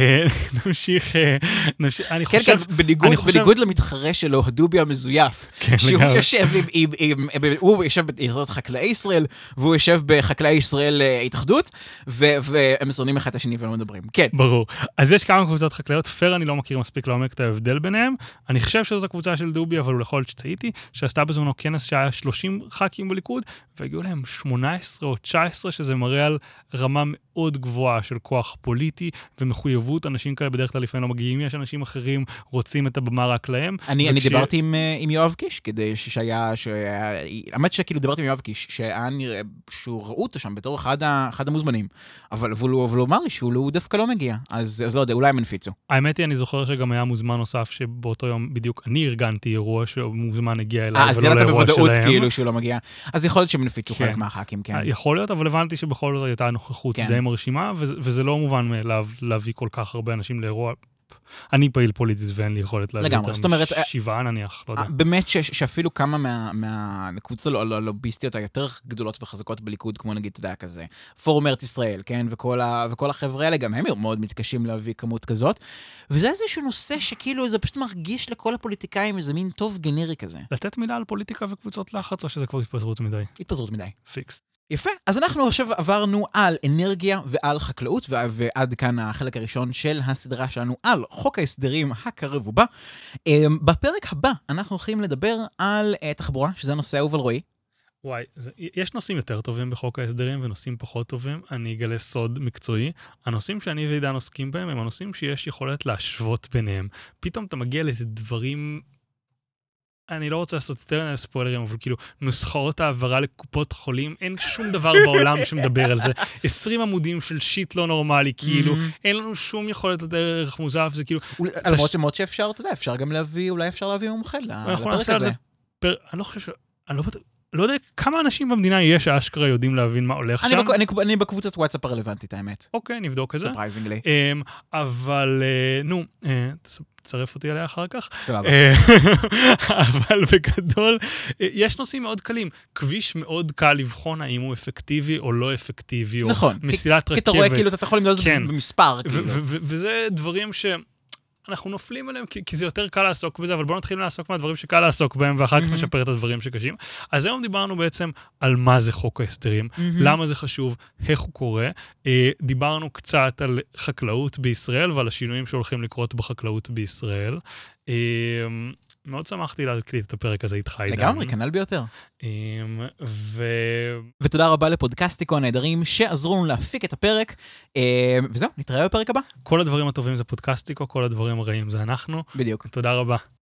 נמשיך, אני כן, חושב... כן, בניגוד למתחרה שלו, הדובי המזויף, שהוא יושב עם, הוא יושב בהתאחדות חקלאי ישראל, והוא יושב בחקלאי ישראל התאחדות, והם שונאים אחד את השני ולא מדברים, כן. ברור. אז יש כמה קבוצות חקלאיות, פייר אני לא מכיר מספיק לעומק את ההבדל ביניהם, אני חושב שזאת הקבוצה של דובי, אבל הוא יכול להיות שטעיתי, שעשתה בזמנו כנס שהיה שלושים ח"כים בליכוד, והגיעו להם שמונה עשרה או תשע עשרה, שזה מראה על רמה מאוד גבוהה של כוח פוליטי ומחויבות. אנשים כאלה בדרך כלל לפעמים לא מגיעים, יש אנשים אחרים רוצים את הבמה רק להם. אני, וכש... אני דיברתי עם, עם יואב קיש, כדי שהיה, שהיה, האמת שכאילו דיברתי עם יואב קיש, שהיה נראה, שהוא ראו אותו שם בתור אחד, ה, אחד המוזמנים, אבל, אבל, אבל הוא אמר לי שהוא לא, דווקא לא מגיע, אז, אז לא יודע, אולי הם הנפיצו. האמת היא, אני זוכר שגם היה מוזמן נוסף, שבאותו יום בדיוק אני ארגנתי אירוע שמוזמן הגיע אליי, אז ידעת בוודאות כאילו שהוא לא מגיע, אז יכול להיות שהם הנפיצו חלק מהח"כים, כן. יכול להיות, אבל הבנתי שבכל זאת הייתה נוכחות די מרשימה, וזה לא מובן מאליו להביא כל כך הרבה אנשים לאירוע. אני פעיל פוליטית ואין לי יכולת להביא יותר משבעה נניח, לא יודע. באמת שאפילו כמה מהקבוצות הלוביסטיות היותר גדולות וחזקות בליכוד, כמו נגיד, אתה יודע, כזה, פורום ארץ ישראל, כן? וכל החבר'ה האלה, גם הם מאוד מתקשים להביא כמות כזאת. וזה איזשהו נושא שכאילו זה פשוט מרגיש לכל הפוליטיקאים איזה מין טוב גנרי כזה. לתת מילה על פוליטיקה וקבוצות לחץ, או שזה כבר התפזרות מדי? התפזרות מדי. פיקס. יפה, אז אנחנו עכשיו עברנו על אנרגיה ועל חקלאות, ועד כאן החלק הראשון של הסדרה שלנו על חוק ההסדרים הקרב ובא. בפרק הבא אנחנו הולכים לדבר על תחבורה, שזה נושא אהוב על רועי. וואי, זה, יש נושאים יותר טובים בחוק ההסדרים ונושאים פחות טובים, אני אגלה סוד מקצועי. הנושאים שאני ועידן עוסקים בהם הם הנושאים שיש יכולת להשוות ביניהם. פתאום אתה מגיע לאיזה דברים... אני לא רוצה לעשות יותר ספוילרים, אבל כאילו, נוסחאות העברה לקופות חולים, אין שום דבר בעולם שמדבר על זה. עשרים עמודים של שיט לא נורמלי, כאילו, אין לנו שום יכולת לדרך מוזף, זה כאילו... למרות שמות שאפשר, אתה יודע, אפשר גם להביא, אולי אפשר להביא מומחה לפרק הזה. אני לא חושב ש... אני לא... לא יודע כמה אנשים במדינה יש האשכרה יודעים להבין מה הולך שם. אני בקבוצת וואטסאפ הרלוונטית, האמת. אוקיי, נבדוק את זה. ספרייזינגלי. אבל, נו, תצרף אותי עליה אחר כך. סבבה. אבל בגדול, יש נושאים מאוד קלים. כביש מאוד קל לבחון האם הוא אפקטיבי או לא אפקטיבי, או מסילת רכבת. כי אתה רואה, כאילו, אתה יכול למדוד את זה במספר, כאילו. וזה דברים ש... אנחנו נופלים עליהם, כי, כי זה יותר קל לעסוק בזה, אבל בואו נתחיל לעסוק מהדברים שקל לעסוק בהם, ואחר כך נשפר את הדברים שקשים. אז היום דיברנו בעצם על מה זה חוק ההסדרים, למה זה חשוב, איך הוא קורה. דיברנו קצת על חקלאות בישראל, ועל השינויים שהולכים לקרות בחקלאות בישראל. מאוד שמחתי להקליט את הפרק הזה איתך, עידן. לגמרי, כנ"ל ביותר. ו... ותודה רבה לפודקאסטיקו הנהדרים שעזרו לנו להפיק את הפרק. וזהו, נתראה בפרק הבא. כל הדברים הטובים זה פודקאסטיקו, כל הדברים הרעים זה אנחנו. בדיוק. תודה רבה.